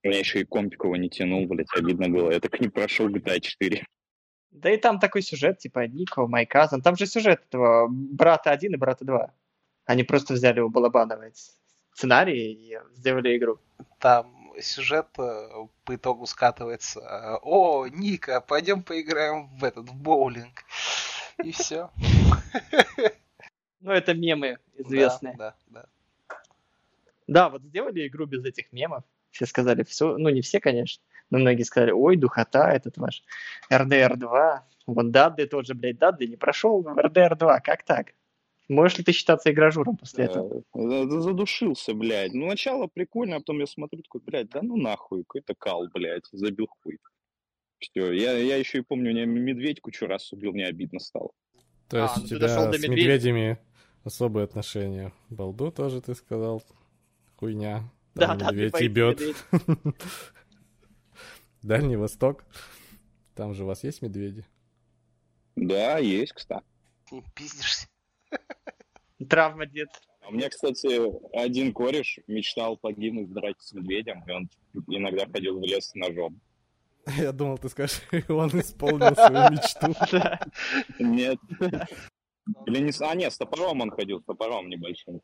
Я еще и компик его не тянул, блядь, обидно было. Я так и не прошел джи ти эй четыре. Да и там такой сюжет, типа Нико, My Cousin. Там же сюжет этого брата один и брата два. Они просто взяли у Балабанова сценарий и сделали игру. Там сюжет э, по итогу скатывается. э, О, Ника, пойдем поиграем в этот в боулинг. И все. Ну, это мемы известные. Да, да, да. Да, вот сделали игру без этих мемов. Все сказали все, ну не все, конечно, но многие сказали, ой, духота, этот ваш эр дэ эр два. Вон Дадли тот же, блядь, Дадли не прошел в эр дэ эр два, как так? Можешь ли ты считаться игражуром после этого? Э, Задушился, блядь. Ну, начало прикольно, а потом я смотрю, такой, блядь, да ну нахуй, какой-то кал, блядь, забил хуй. Все, я, я еще и помню, меня медведь кучу раз убил, мне обидно стало. То есть А, у ну ты тебя дошел до с медведя. медведями особые отношения. Балду тоже ты сказал. Хуйня. Да, Там да, ты медведь боишься ебет. медведя. Дальний Восток. Там же у вас есть медведи? Да, есть, кстати. Не пиздишься. Травма, дед. А у меня, кстати, один кореш мечтал погибнуть в драке с медведем, и он иногда ходил в лес с ножом. Я думал, ты скажешь, он исполнил свою мечту. Да. Нет. Или не... с- А, нет, с топором он ходил, с топором небольшим.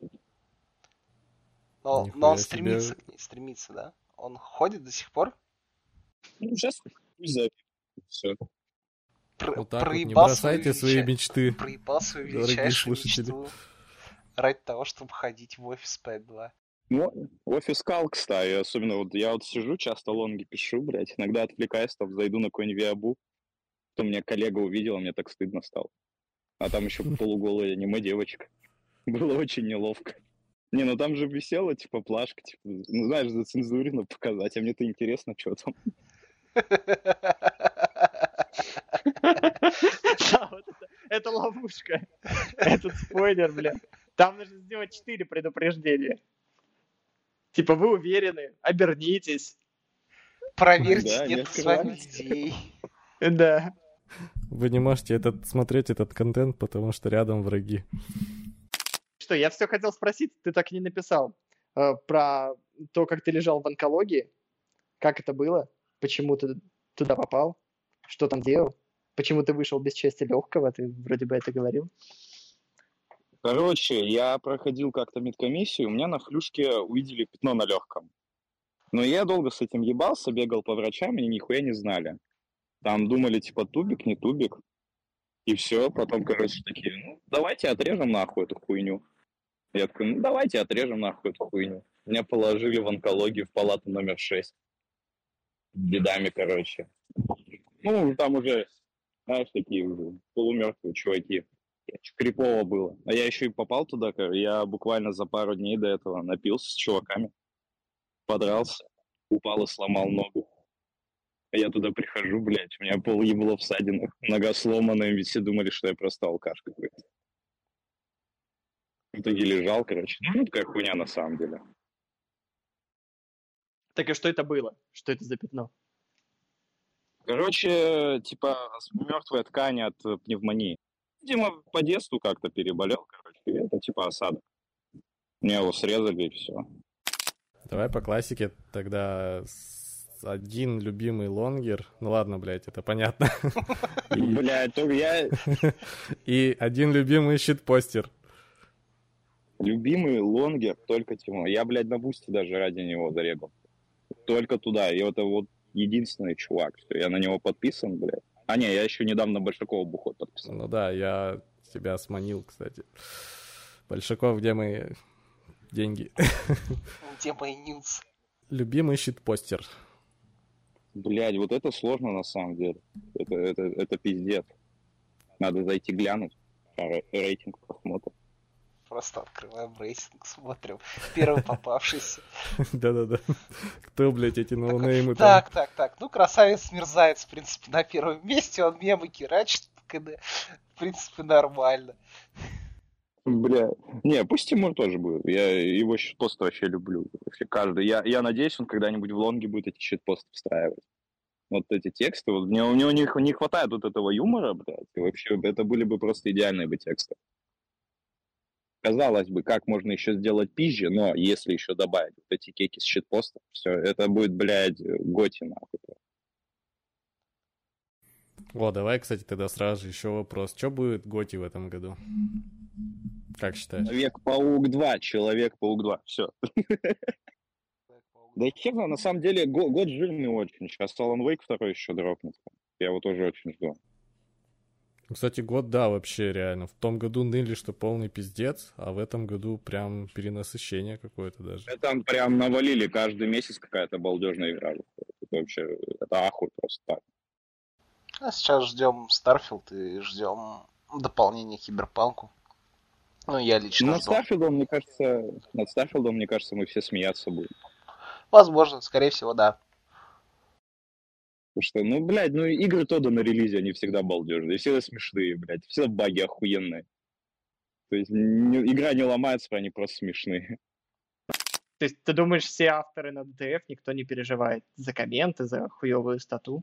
Но, Нихуя но он себе. стремится к ней, стремится, да? Он ходит до сих пор? Ну, сейчас все. Про- Вот так вот, не проебал свою бросайте свои велича- мечты. Проебал свою дорогие величайшую слушатели. мечту ради того, чтобы ходить в офис пять два. Ну, офис кал, кстати, особенно вот я вот сижу, часто лонги пишу, блядь, иногда отвлекаюсь, там, зайду на какой-нибудь виабу, то меня коллега увидела, мне так стыдно стало. А там еще полуголая аниме-девочка. Было очень неловко. Не, ну там же висело, типа, плашка, типа, ну, знаешь, зацензурено показать, а мне-то интересно, что там. Да, вот это, это ловушка. Этот спойлер, бля. Там нужно сделать четыре предупреждения. Типа, вы уверены, обернитесь. Проверьте, Да, не нет с вами открывайте. людей. Да. Вы не можете этот, смотреть этот контент, потому что рядом враги. Что, я все хотел спросить, ты так и не написал. Э, про то, как ты лежал в онкологии. Как это было? Почему ты туда попал? Что там делал? Почему ты вышел без части легкого? Ты вроде бы это говорил. Короче, я проходил как-то медкомиссию, у меня на флюшке увидели пятно на легком. Но я долго с этим ебался, бегал по врачам, и нихуя не знали. Там думали, типа, тубик, не тубик. И все, потом, короче, такие, ну, давайте отрежем нахуй эту хуйню. Я такой, ну, давайте отрежем нахуй эту хуйню. Меня положили в онкологию в палату номер шесть. Бедами, короче. Ну, там уже, знаешь, такие уже полумертвые чуваки. Крипово было. А я еще и попал туда, короче. Я буквально за пару дней до этого напился с чуваками, подрался, упал и сломал ногу. А я туда прихожу, блядь, у меня пол ебло в ссадинах, нога сломанная, ведь все думали, что я просто алкаш какой-то. В итоге лежал, короче. Ну, такая хуйня на самом деле. Так и что это было? Что это за пятно? Короче, типа мертвая ткань от э, пневмонии. Дима по детству как-то переболел, короче, и это типа осадок. Мне его срезали и все. Давай по классике тогда с- один любимый лонгер. Ну ладно, блядь, это понятно. И- Блядь, только я И один любимый щитпостер. любимый лонгер только Тимо. Я, блядь, на бусте даже ради него зарегал. Только туда. И это вот единственный чувак, что я на него подписан, блядь. А не, я еще недавно Большакова бухот подписал. Ну да, я тебя сманил, кстати. Большаков, где мои деньги? Где мои нюц? Любимый щитпостер. Блядь, вот это сложно на самом деле. Это, это, это пиздец. Надо зайти глянуть. Ре- Рейтинг посмотрим. Просто открываем рейтинг, смотрим. Первый попавшийся. Да-да-да. Кто, блядь, эти ноунеймы там? Так, так, так. Ну, красавец-мерзавец, в принципе, на первом месте. Он мемы керачит, КД. В принципе, нормально. Бля. Не, пусть Тимур тоже будет. Я его щитпост вообще люблю. Вообще каждый. Я, я надеюсь, он когда-нибудь в лонге будет эти щитпосты встраивать. Вот эти тексты. Вот мне, у него не, не хватает вот этого юмора, блядь. И вообще, это были бы просто идеальные бы тексты. казалось бы, как можно еще сделать пизже, но если еще добавить вот эти кеки с щитпостов, все, это будет, блядь, готи, нахуй. О, давай, кстати, тогда сразу же еще вопрос. Что будет Готи в этом году? Как считаешь? Человек-паук два, Человек-паук два, все. Да и херно, на самом деле, год, год жирный очень. Сейчас Alan Wake второй еще дропнет. Я его тоже очень жду. Кстати, год, да, вообще реально. В том году ныли, что полный пиздец, а в этом году прям перенасыщение какое-то даже. Там прям навалили каждый месяц какая-то балдежная игра. Это вообще, это ахуй просто так. А сейчас ждем Starfield и ждем дополнение к Киберпанку. Ну, я лично над жду. Starfield'ом, мне кажется, над Starfield'ом, мне кажется, мы все смеяться будем. Возможно, скорее всего, да. Потому что, ну, блядь, ну, игры Тодда на релизе, они всегда балдежные, всегда смешные, блядь, всегда баги охуенные. То есть не, игра не ломается, они просто смешные. То есть ты думаешь, все авторы на ди ти эф, никто не переживает за комменты, за хуевую стату?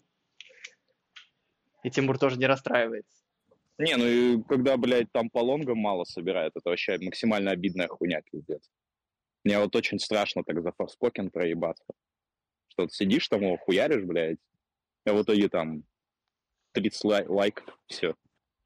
И Тимур тоже не расстраивается. Не, ну и когда, блядь, там по лонгам мало собирает, это вообще максимально обидная хуйня, пиздец. Мне вот очень страшно так за Forspoken проебаться. Что ты сидишь там, его хуяришь, блядь, а в итоге там тридцать лай- лайков, все.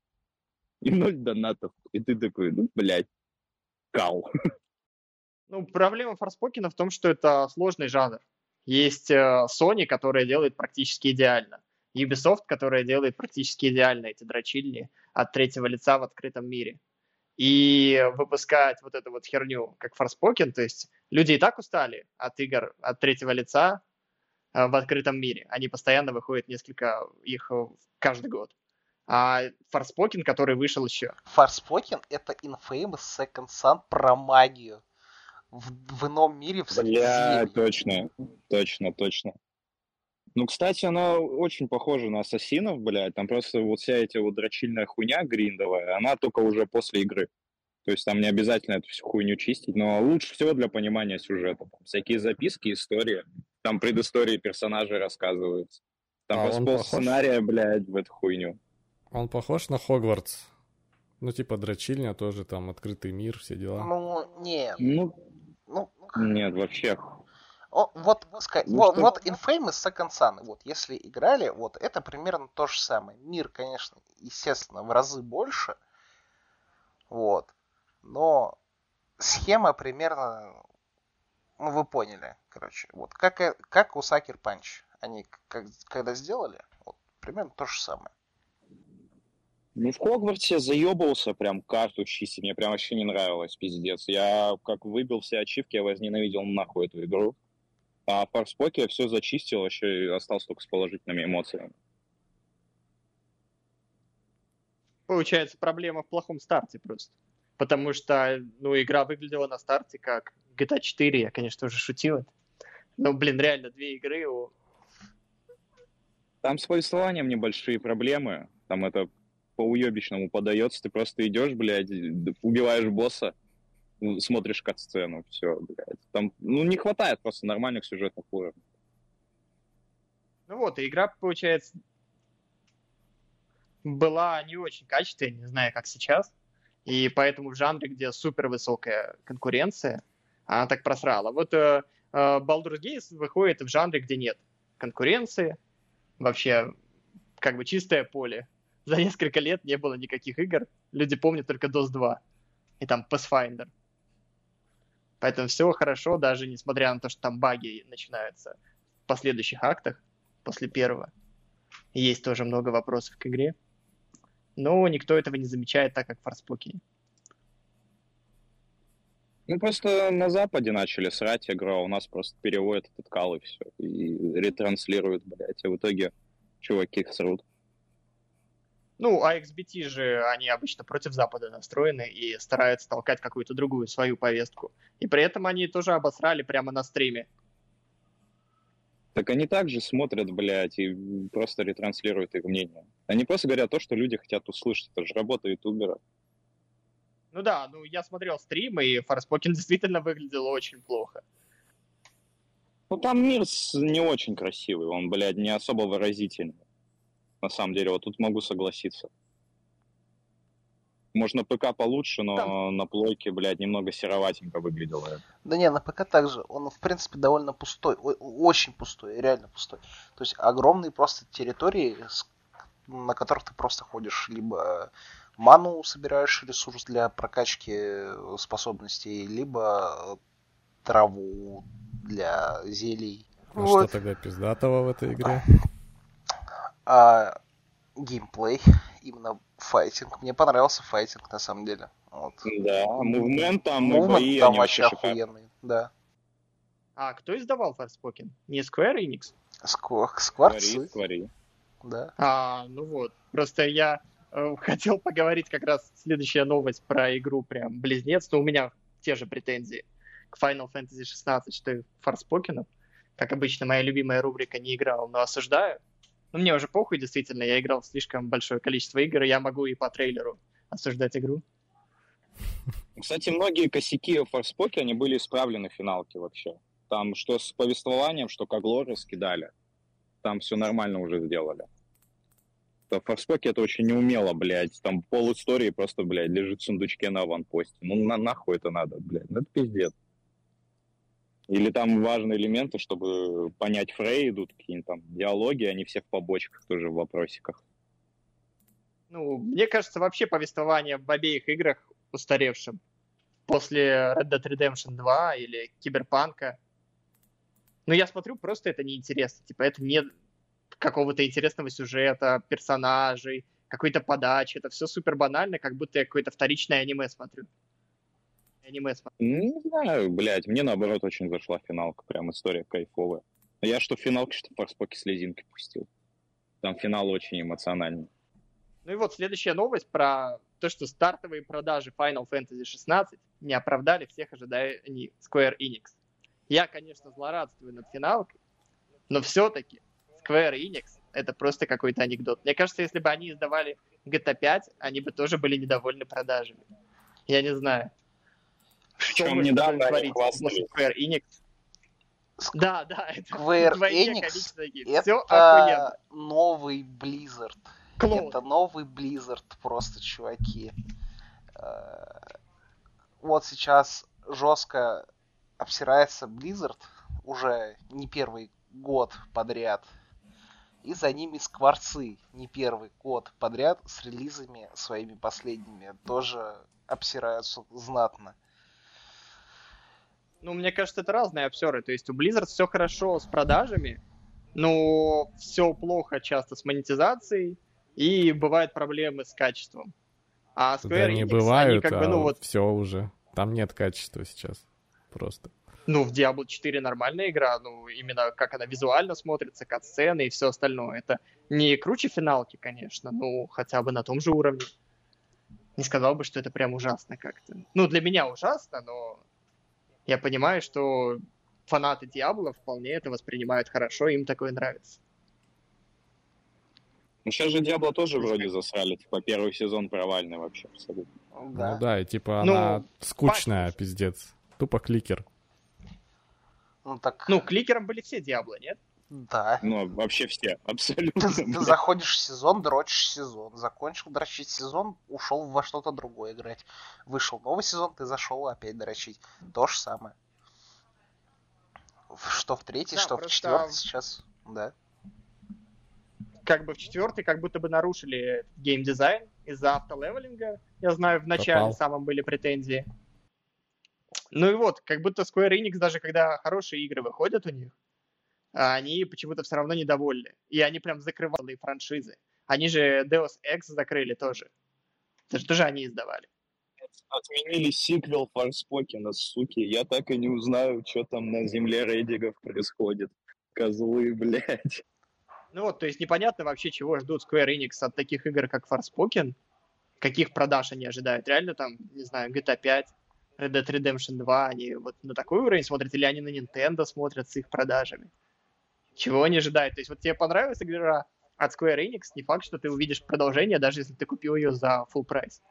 И ноль донатов. И ты такой, ну, блядь, кал. Ну, проблема Форспокена в том, что это сложный жанр. Есть э, Sony, которая делает практически идеально. Ubisoft, которая делает практически идеально эти дрочильни от третьего лица в открытом мире. И выпускать вот эту вот херню, как Forspoken, то есть люди и так устали от игр от третьего лица э, в открытом мире. Они постоянно выходят несколько их э, каждый год. А Forspoken, который вышел еще. Forspoken — это Infamous Second Son про магию. В, в ином мире, в Бля, Средиземье. точно, точно, точно. Ну, кстати, она очень похожа на Ассасинов, блядь. Там просто вот вся эта вот дрочильная хуйня гриндовая, она только уже после игры. То есть там не обязательно эту всю хуйню чистить, но лучше всего для понимания сюжета. Там всякие записки, истории, там предыстории персонажей рассказываются. Там А просто он пол похож? сценария, блядь, в эту хуйню. Он похож на Хогвартс? Ну, типа дрочильня тоже, там, открытый мир, все дела. Ну, нет. Ну, Ну, нет, вообще. о, вот, ска- Ну, вот, что- вот Infamous Second Son. Вот, если играли, вот это примерно то же самое. Мир, конечно, естественно, в разы больше. Вот. Но схема примерно... Ну, вы поняли, короче. Вот как, и- как у Sucker Punch. Они как, когда сделали, вот, примерно то же самое. Ну, в Хогвартсе заебался прям карту чистить, мне прям вообще не нравилось, пиздец. Я как выбил все ачивки, я возненавидел нахуй эту игру. А в Форспоке я все зачистил, вообще и остался только с положительными эмоциями. Получается, проблема в плохом старте просто. Потому что, ну, игра выглядела на старте как джи ти эй четыре, я, конечно, уже шутил это. Но, блин, реально, две игры у... Там с повествованием небольшие проблемы, там это по уебищному подается, ты просто идешь, блядь, убиваешь босса, смотришь кат-сцену, все, блядь. Там, ну, не хватает просто нормальных сюжетных уровней. Ну вот, и игра, получается, была не очень качественная, не знаю, как сейчас. И поэтому в жанре, где супер высокая конкуренция, она так просрала. Вот э, э, Baldur's Gate выходит в жанре, где нет конкуренции, вообще как бы чистое поле. За несколько лет не было никаких игр. Люди помнят только дос два и там Pathfinder. Поэтому все хорошо, даже несмотря на то, что там баги начинаются в последующих актах, после первого. Есть тоже много вопросов к игре. Но никто этого не замечает, так как в Forspoken. Ну, просто на Западе начали срать игру, а у нас просто переводят этот кал и все. И ретранслируют, блядь. И в итоге чуваки их срут. Ну, а икс би ти же, они обычно против Запада настроены и стараются толкать какую-то другую свою повестку. И при этом они тоже обосрали прямо на стриме. Так они также смотрят, блядь, и просто ретранслируют их мнение. Они просто говорят то, что люди хотят услышать. Это же работа ютубера. Ну да, ну я смотрел стрим, и Forspoken действительно выглядел очень плохо. Ну, там мир не очень красивый, он, блядь, не особо выразительный. На самом деле, вот тут могу согласиться. Может, на ПК получше, но Там, на плойке, блядь, немного сероватенько выглядело это. Да не, на ПК также. Он, в принципе, довольно пустой. О- очень пустой, реально пустой. То есть огромные просто территории, с- на которых ты просто ходишь. Либо ману собираешь ресурс для прокачки э, способностей, либо э, траву для зелий. А что Вот. тогда пиздатого в этой игре? А геймплей, именно файтинг. Мне понравился файтинг, на самом деле. Вот. Да, мувмент там и Мувмент бои, там они вообще вообще шикарные. охуенный, да. а кто издавал Forspoken? Не Square Enix? Скво- Сквори, Скворцы, сквори. да. А, ну вот. Просто я э, хотел поговорить как раз следующая новость про игру прям близнец, но у меня те же претензии к Final Fantasy шестнадцать, что и Forspoken. Как обычно, моя любимая рубрика «Не играл, но осуждаю». Ну, мне уже похуй, действительно, я играл в слишком большое количество игр, и я могу и по трейлеру осуждать игру. Кстати, многие косяки в Forspoken, они были исправлены в финалке вообще. Там что с повествованием, что как лор раскидали. Там все нормально уже сделали. В Forspoken это очень неумело, блядь. Там пол истории просто, блядь, лежит в сундучке на аванпосте. Ну на, нахуй это надо, блядь. Ну это пиздец. Или там важные элементы, чтобы понять Фрей, идут какие-нибудь там диалоги, они все в побочках тоже в вопросиках. Ну, мне кажется, вообще повествование в обеих играх устаревшим. После Red Dead Redemption два или Киберпанка. Ну, я смотрю, просто это неинтересно. Типа, это нет какого-то интересного сюжета, персонажей, какой-то подачи. Это все супер банально, как будто я какое-то вторичное аниме смотрю. Аниме смотрю. Не знаю, блядь, мне наоборот очень зашла финалка, прям история кайфовая. Я что в финалке, что в Форспоке слезинки пустил. Там финал очень эмоциональный. Ну и вот следующая новость про то, что стартовые продажи Final Fantasy шестнадцать не оправдали всех ожиданий Square Enix. Я, конечно, злорадствую над финалкой, но все-таки Square Enix — это просто какой-то анекдот. Мне кажется, если бы они издавали джи ти эй пять, они бы тоже были недовольны продажами. Я не знаю. Что Причем может недавно они удовлетворить хвастались. Square Enix? Да, да, это Square вдвойне Enix комично такие. Все охуенно. это новый Blizzard. Клоун. Это новый Blizzard, просто, чуваки. Э, Вот сейчас жестко обсирается Blizzard уже не первый год подряд. И за ними скворцы не первый год подряд с релизами своими последними тоже обсираются знатно. Ну, мне кажется, это разные обсеры. То есть у Blizzard все хорошо с продажами, но все плохо часто с монетизацией, и бывают проблемы с качеством. А Square Да Enix, не они бывают, как бы, а ну вот, все уже. Там нет качества сейчас. Просто. ну, в Diablo четыре нормальная игра, ну, именно как она визуально смотрится, кат-сцены и все остальное. Это не круче финалки, конечно, но хотя бы на том же уровне. Не сказал бы, что это прям ужасно как-то. Ну, для меня ужасно, но я понимаю, что фанаты Диабло вполне это воспринимают хорошо, им такое нравится. Ну сейчас же Диабло тоже вроде засрали. Типа первый сезон провальный вообще абсолютно. Ну Да. да, и типа Ну, она скучная, пахнет. пиздец. Тупо кликер. Ну так, Ну, кликером были все Диабло, нет? да. Ну, вообще все, Ты, абсолютно. ты блядь. заходишь в сезон, дрочишь сезон. Закончил дрочить сезон, ушел во что-то другое играть. Вышел новый сезон, ты зашел опять дрочить. То же самое. В- Что в третий, Да, что в просто- четвертый сейчас. Да. Как бы в четвертый как будто бы нарушили геймдизайн из-за автолевелинга. Я знаю, в начале Попал. самом были претензии. Ну и вот, как будто Square Enix, даже когда хорошие игры выходят у них, а они почему-то все равно недовольны. И они прям закрывали франшизы. Они же Deus Ex закрыли тоже. Это же тоже они издавали. Отменили сиквел Форспокена, суки. Я так и не узнаю, что там на земле рейдигов происходит. Козлы, блядь. Ну вот, то есть непонятно вообще, чего ждут Square Enix от таких игр, как Forspoken, каких продаж они ожидают. Реально там, не знаю, джи ти эй пять, Red Dead Redemption два, они вот на такой уровень смотрят, или они на Nintendo смотрят с их продажами? Чего они ожидают? То есть вот тебе понравилась игра от Square Enix, не факт, что ты увидишь продолжение, даже если ты купил ее за full прайс.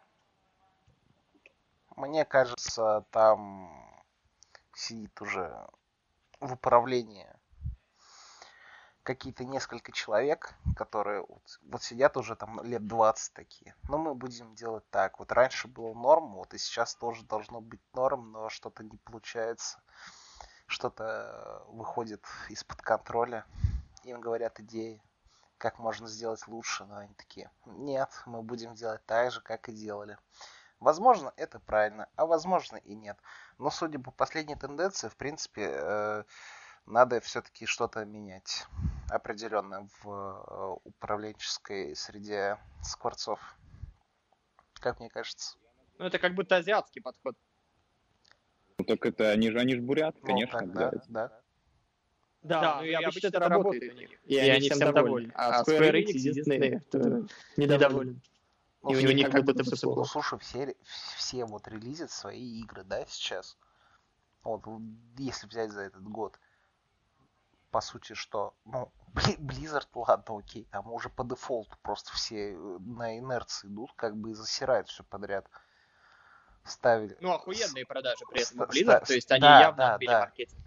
Мне кажется, там сидит уже в управлении какие-то несколько человек, которые вот, вот сидят уже там лет двадцать такие. Но мы будем делать так. Вот раньше было норм, вот и сейчас тоже должно быть норм, но что-то не получается. Что-то выходит из-под контроля. Им говорят идеи, как можно сделать лучше, но они такие: нет, мы будем делать так же, как и делали. Возможно, это правильно, а возможно и нет. Но судя по последней тенденции, в принципе, э, надо все-таки что-то менять определенно в э, управленческой среде скворцов. Как мне кажется. Ну, это как будто азиатский подход. Ну, так это, они же, они же бурят, Ну, конечно, так, блядь. да, да. Да, ну и обычно это работает у них. И они всем довольны. А Square Enix единственный, кто недоволен. Ну, И у все них как как бы- будто бы все Ну, плохо. слушай, все, все вот релизят свои игры, да, сейчас. Вот, если взять за этот год, по сути, что, ну, Бли- Blizzard, ладно, окей, там уже по дефолту просто все э, на инерции идут, как бы и засирают все подряд. Ставили. Ну, охуенные продажи при этом у Ста- Blizzard, ста- то есть они да, явно да, отбили да. маркетинг.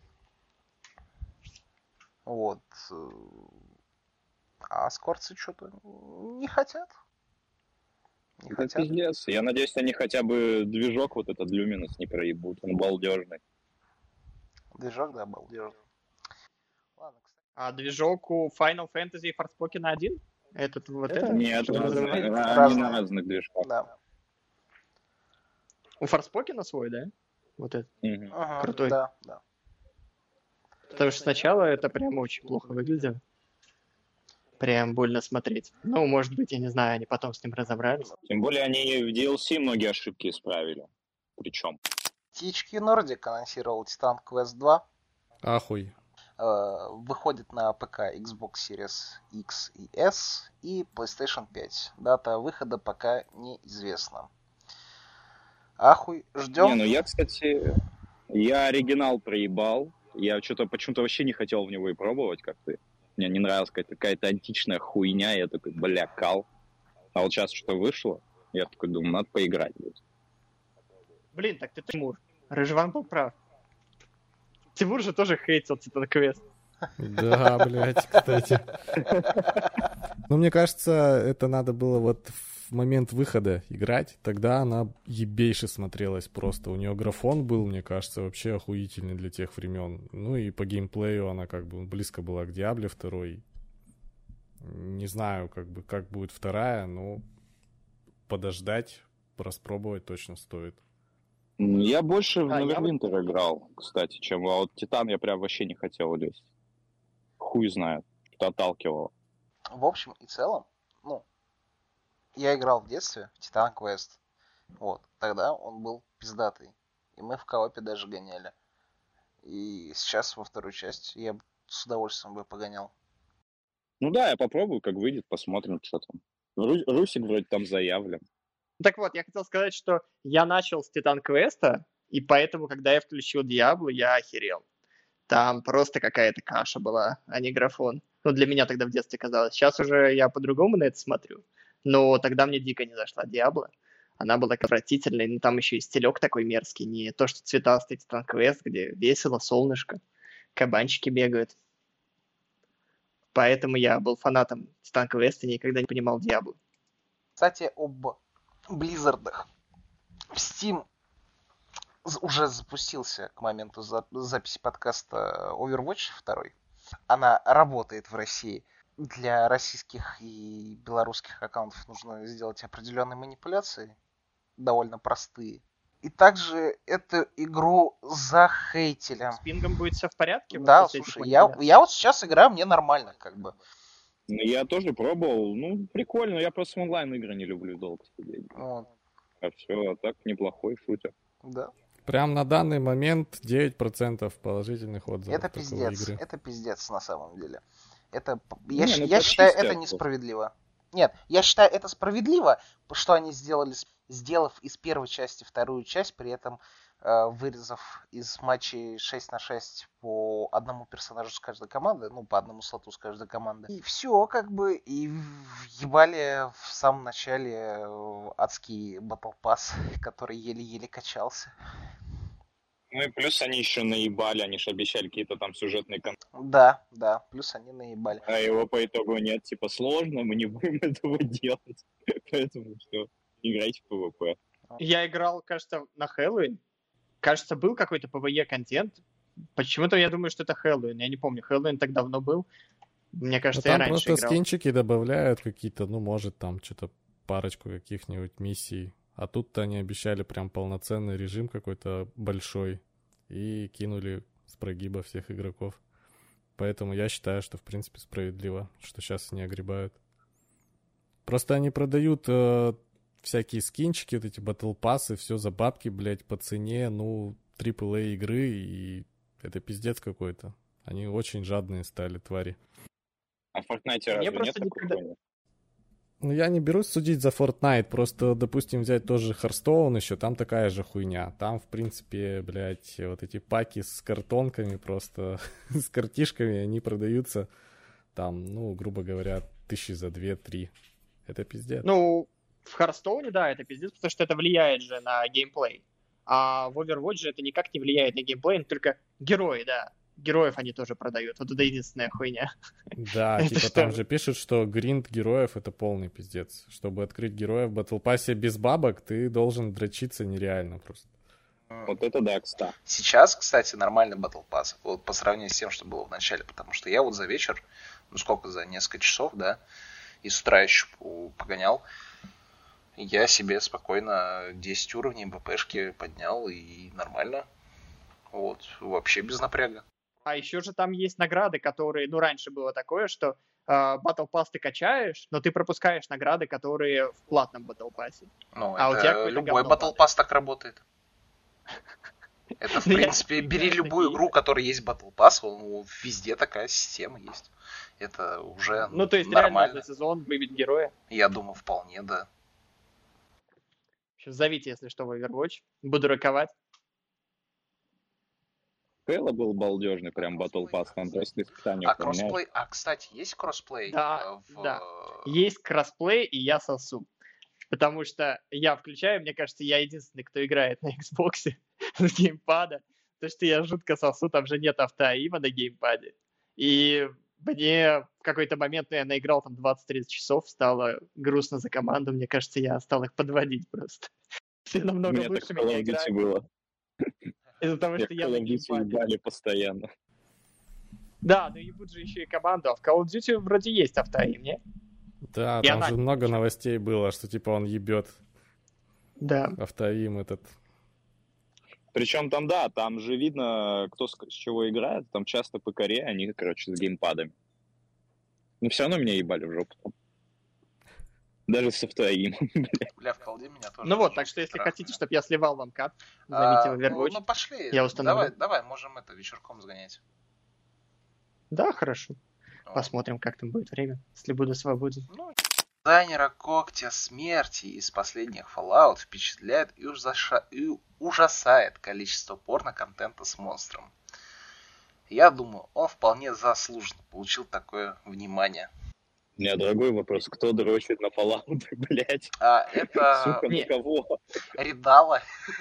Вот. э, А скорцы что-то не хотят. Не Это хотят. пиздец. Я надеюсь, они хотя бы движок вот этот Luminous не проебут. Он балдежный. Движок, да, балдежный. Ладно, кстати. А движок у Final Fantasy Forspoken один? Этот вот этот? Нет, что разные, называется? они Разные. на разных движках. Да. У Forspoken свой, да? Вот это. Мгм. Ага, Крутой. Да, да. Потому что сначала это прям очень плохо выглядело. Прям больно смотреть. Ну, может быть, я не знаю, они потом с ним разобрались. Тем более они в ди эл си многие ошибки исправили. Причем. ти эйч кью Nordic анонсировал Titan Quest два. Ахуй. Э, Выходит на ПК, Xbox Series X и S и PlayStation пять. Дата выхода пока неизвестна. Ахуй, ждем. Не, ну я, кстати, я оригинал проебал. Я что-то почему-то вообще не хотел в него и пробовать как-то. Мне не нравилась какая-то, какая-то античная хуйня. Я такой, бля, кал. А вот сейчас что вышло, я такой думаю, надо поиграть. будет. Блин, так ты Тимур. Рыжван был прав. Тимур же тоже хейтил Titan Quest. Да, блядь, кстати. Ну, мне кажется, это надо было вот в момент выхода играть. Тогда она ебейше смотрелась просто. У нее графон был, мне кажется, вообще охуительный для тех времен. Ну и по геймплею она как бы близко была к Диабле второй. Не знаю, как бы, как будет вторая, но подождать, распробовать точно стоит. М, Я больше в А, я вот- Neverwinter играл, кстати, чем... А вот Титан я прям вообще не хотел лезть. Хуй знает, что отталкивало. В общем и целом, ну, я играл в детстве в Titan Quest. Вот, тогда он был пиздатый. И мы в коопе даже гоняли. И сейчас во вторую часть я б с удовольствием бы погонял. Ну да, я попробую, как выйдет, посмотрим, что там. Ру- Русик вроде там заявлен. Так вот, я хотел сказать, что я начал с Titan Quest, и поэтому, когда я включил Диаблу, я охерел. Там просто какая-то каша была, а не графон. Ну, для меня тогда в детстве казалось. Сейчас уже я по-другому на это смотрю. Но тогда мне дико не зашла Диабло. Она была отвратительной. Ну, там еще и стилек такой мерзкий. Не то, что цветастый Titan Quest, где весело, солнышко, кабанчики бегают. Поэтому я был фанатом Titan Quest и никогда не понимал Диабло. Кстати, об Близзардах. В Steam з- уже запустился к моменту за- записи подкаста Overwatch два. Она работает в России. Для российских и белорусских аккаунтов нужно сделать определенные манипуляции, довольно простые. И также эту игру захейтили. С пингом будет все в порядке? вот Да, после этих слушай, я, манипуляций? я вот сейчас играю, мне нормально, как бы. Ну, я тоже пробовал. Ну, прикольно. Я просто в онлайн-игры не люблю долго сидеть. Вот, А все, а так неплохой шутер. да. Прям на данный момент девять процентов положительных отзывов. Это такой пиздец, игры. это пиздец на самом деле. Это, п- Не, я, щ- ну я это считаю, чистый это отзыв. несправедливо. Нет, я считаю, это справедливо, что они сделали, с- сделав из первой части вторую часть, при этом э, вырезав из матчей шесть на шесть по одному персонажу с каждой команды, ну, по одному слоту с каждой команды. И все, как бы, и въебали в самом начале э, адский Battle Pass, который еле-еле качался. Ну и плюс они еще наебали, они же обещали какие-то там сюжетные контенты. Да, да, плюс они наебали. А его по итогу нет, типа сложно, мы не будем этого делать. Поэтому все, играйте в PvP. Я играл, кажется, на Хэллоуин. Кажется, был какой-то PvE-контент. Почему-то я думаю, что это Хэллоуин. Я не помню, Хэллоуин так давно был. Мне кажется, Ну, я там раньше просто играл. скинчики добавляют какие-то, ну, может, там что-то парочку каких-нибудь миссий. А тут-то они обещали прям полноценный режим какой-то большой. И кинули с прогиба всех игроков. Поэтому я считаю, что, в принципе, справедливо, что сейчас они огребают. Просто они продают э, всякие скинчики, вот эти батл пассы, все за бабки, блядь, по цене, ну, трипл эй игры, и это пиздец какой-то. Они очень жадные стали, твари. А в Fortnite Мне разве нет просто такой никогда- хуйни? Ну, я не берусь судить за Fortnite, просто, допустим, взять тоже Hearthstone еще, там такая же хуйня. Там, в принципе, блядь, вот эти паки с картонками просто, с картишками, они продаются там, ну, грубо говоря, тысячи за две-три. Это пиздец. Ну, в Харстоуне, да, это пиздец, потому что это влияет же на геймплей. А в Overwatch же это никак не влияет на геймплей, но только герои, да. Героев они тоже продают. Вот это единственная хуйня. Да, Это типа что? там же пишут, что гринд героев — это полный пиздец. Чтобы открыть героев в Battle Pass без бабок, ты должен дрочиться нереально просто. Вот это да, кстати. Сейчас, кстати, нормальный Battle Pass. Вот по сравнению с тем, что было в начале. Потому что я вот за вечер, ну сколько, за несколько часов, да, и с утра еще погонял, я себе спокойно десять уровней БПшки поднял, и нормально. Вот, вообще без напряга. А еще же там есть награды, которые, ну, раньше было такое, что э, Battle Pass ты качаешь, но ты пропускаешь награды, которые в платном Battle Pass. Ну, А у это тебя какое-то любой говно Battle Pass так работает. Это, в Ну, я принципе, не бери знаю, любую такие. игру, у которой есть Battle Pass, ну, везде такая система есть. Это уже Ну, то есть реально нормально. за сезон выбить героя. Я думаю, вполне, да. Сейчас зовите, если что, в Overwatch. Буду раковать. Хэлла был балдежный прям Battle Pass, там просто испытания А выполняешь. кроссплей, а, кстати, есть кроссплей? Да, э, в... да. Есть кроссплей, и я сосу. Потому что я включаю, мне кажется, я единственный, кто играет на Xbox с геймпада. То, что я жутко сосу, там же нет автоаима на геймпаде. И мне в какой-то момент, ну, я наиграл там двадцать-тридцать часов, стало грустно за команду. Мне кажется, я стал их подводить просто. Все У намного меня так лучше в Call меня of Duty играют было. из-за того, Я что в я Call на of Duty геймпаде. ебали постоянно. Да, но ебут же еще и команду. А в Call of Duty вроде есть автоаим, не? Да, И там она же не много включена. новостей было, что типа он ебет Да. автоим этот. Причем там, да, там же видно, кто с, с чего играет. Там часто ПК-ре, они, короче, с геймпадами. Но все равно меня ебали в жопу. Даже с автоимом. Бля, в колде меня тоже. Ну вот, жутко так что если трахнули. хотите, чтобы я сливал вам кат, зовите А, в ну, Overwatch. ну, пошли. Я установлю. Давай, давай, можем это вечерком сгонять. Да, хорошо. Ну, Посмотрим, как там будет время, если буду свободен. Ну, дизайнера когтя смерти из последних Fallout впечатляет и, ужаша... и ужасает количество порно-контента с монстром. Я думаю, он вполне заслуженно получил такое внимание. У меня дорогой вопрос, кто дрочит на Fallout, блядь? А это Сука, на не. кого? Ридала.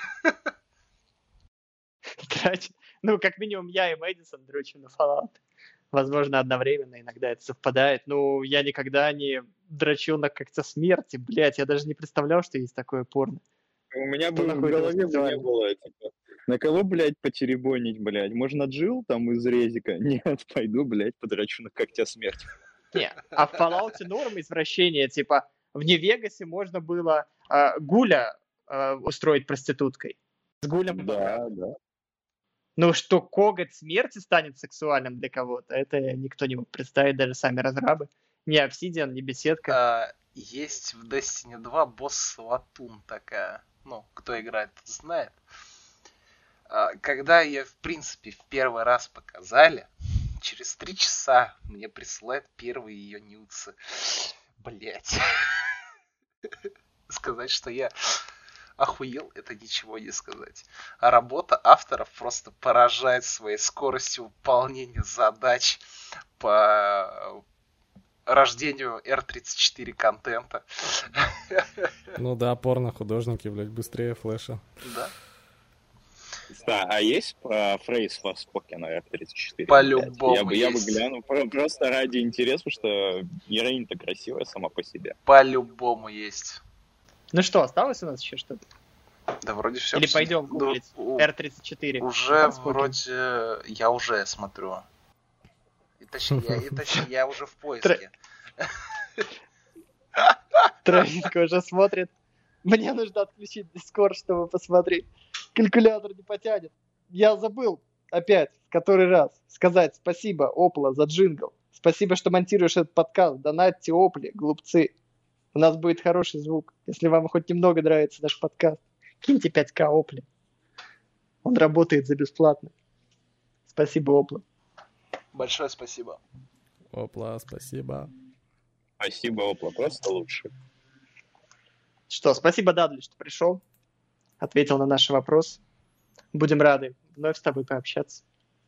Кстати, ну, как минимум, я и Мэдисон дрочим на Fallout. Возможно, одновременно, иногда это совпадает. Ну, я никогда не дрочил на когтя смерти. Блять, я даже не представлял, что есть такое порно. У меня Кто бы в находит его голове бы не специально? было, типа, на кого, блядь, потеребонить, блядь? Можно Джилл там из резика? Нет, пойду, блядь, подрачу на когтя смерти. Не, а в Fallout норм извращения, типа, в Нью-Вегасе можно было э, Гуля э, устроить проституткой. С Гулем Да, да. Ну, что коготь смерти станет сексуальным для кого-то, это никто не мог представить, даже сами разрабы. Ни Obsidian, ни беседка. А, есть в Destiny два босс Сватун такая. Ну, кто играет, тот знает. А, когда ее, в принципе, в первый раз показали, через три часа мне присылают первые ее нюцы. Блять. Сказать, что я охуел, это ничего не сказать. А работа авторов просто поражает своей скоростью выполнения задач по рождению эр тридцать четыре контента. Ну да, порно-художники, блядь, быстрее флеша. Да. Да, а есть про фрейз Forspoken на эф тридцать четыре? По-любому я бы, я бы есть. глянул про- просто ради интереса, что героиня-то красивая сама по себе. По-любому есть. Ну что, осталось у нас еще что-то? Да вроде все. Или пойдем гуглить эр тридцать четыре? Уже вроде... Я уже смотрю. И точнее, я, и точнее, я уже в поиске. Травинка уже смотрит. Мне нужно отключить Discord, чтобы посмотреть. Калькулятор не потянет. Я забыл опять, в который раз, сказать спасибо, Опла, за джингл. Спасибо, что монтируешь этот подкаст. Донатьте Опле, глупцы. У нас будет хороший звук. Если вам хоть немного нравится наш подкаст, киньте пять тысяч Опле. Он работает за бесплатно. Спасибо, Опла. Большое спасибо. Опла, спасибо. Спасибо, Опла, просто лучше. Что, спасибо, Дадли, что пришел, ответил на наши вопросы. Будем рады вновь с тобой пообщаться.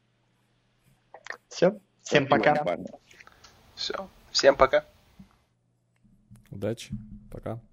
Все, всем Спасибо, пока. парни. Все, всем пока. Удачи. Пока.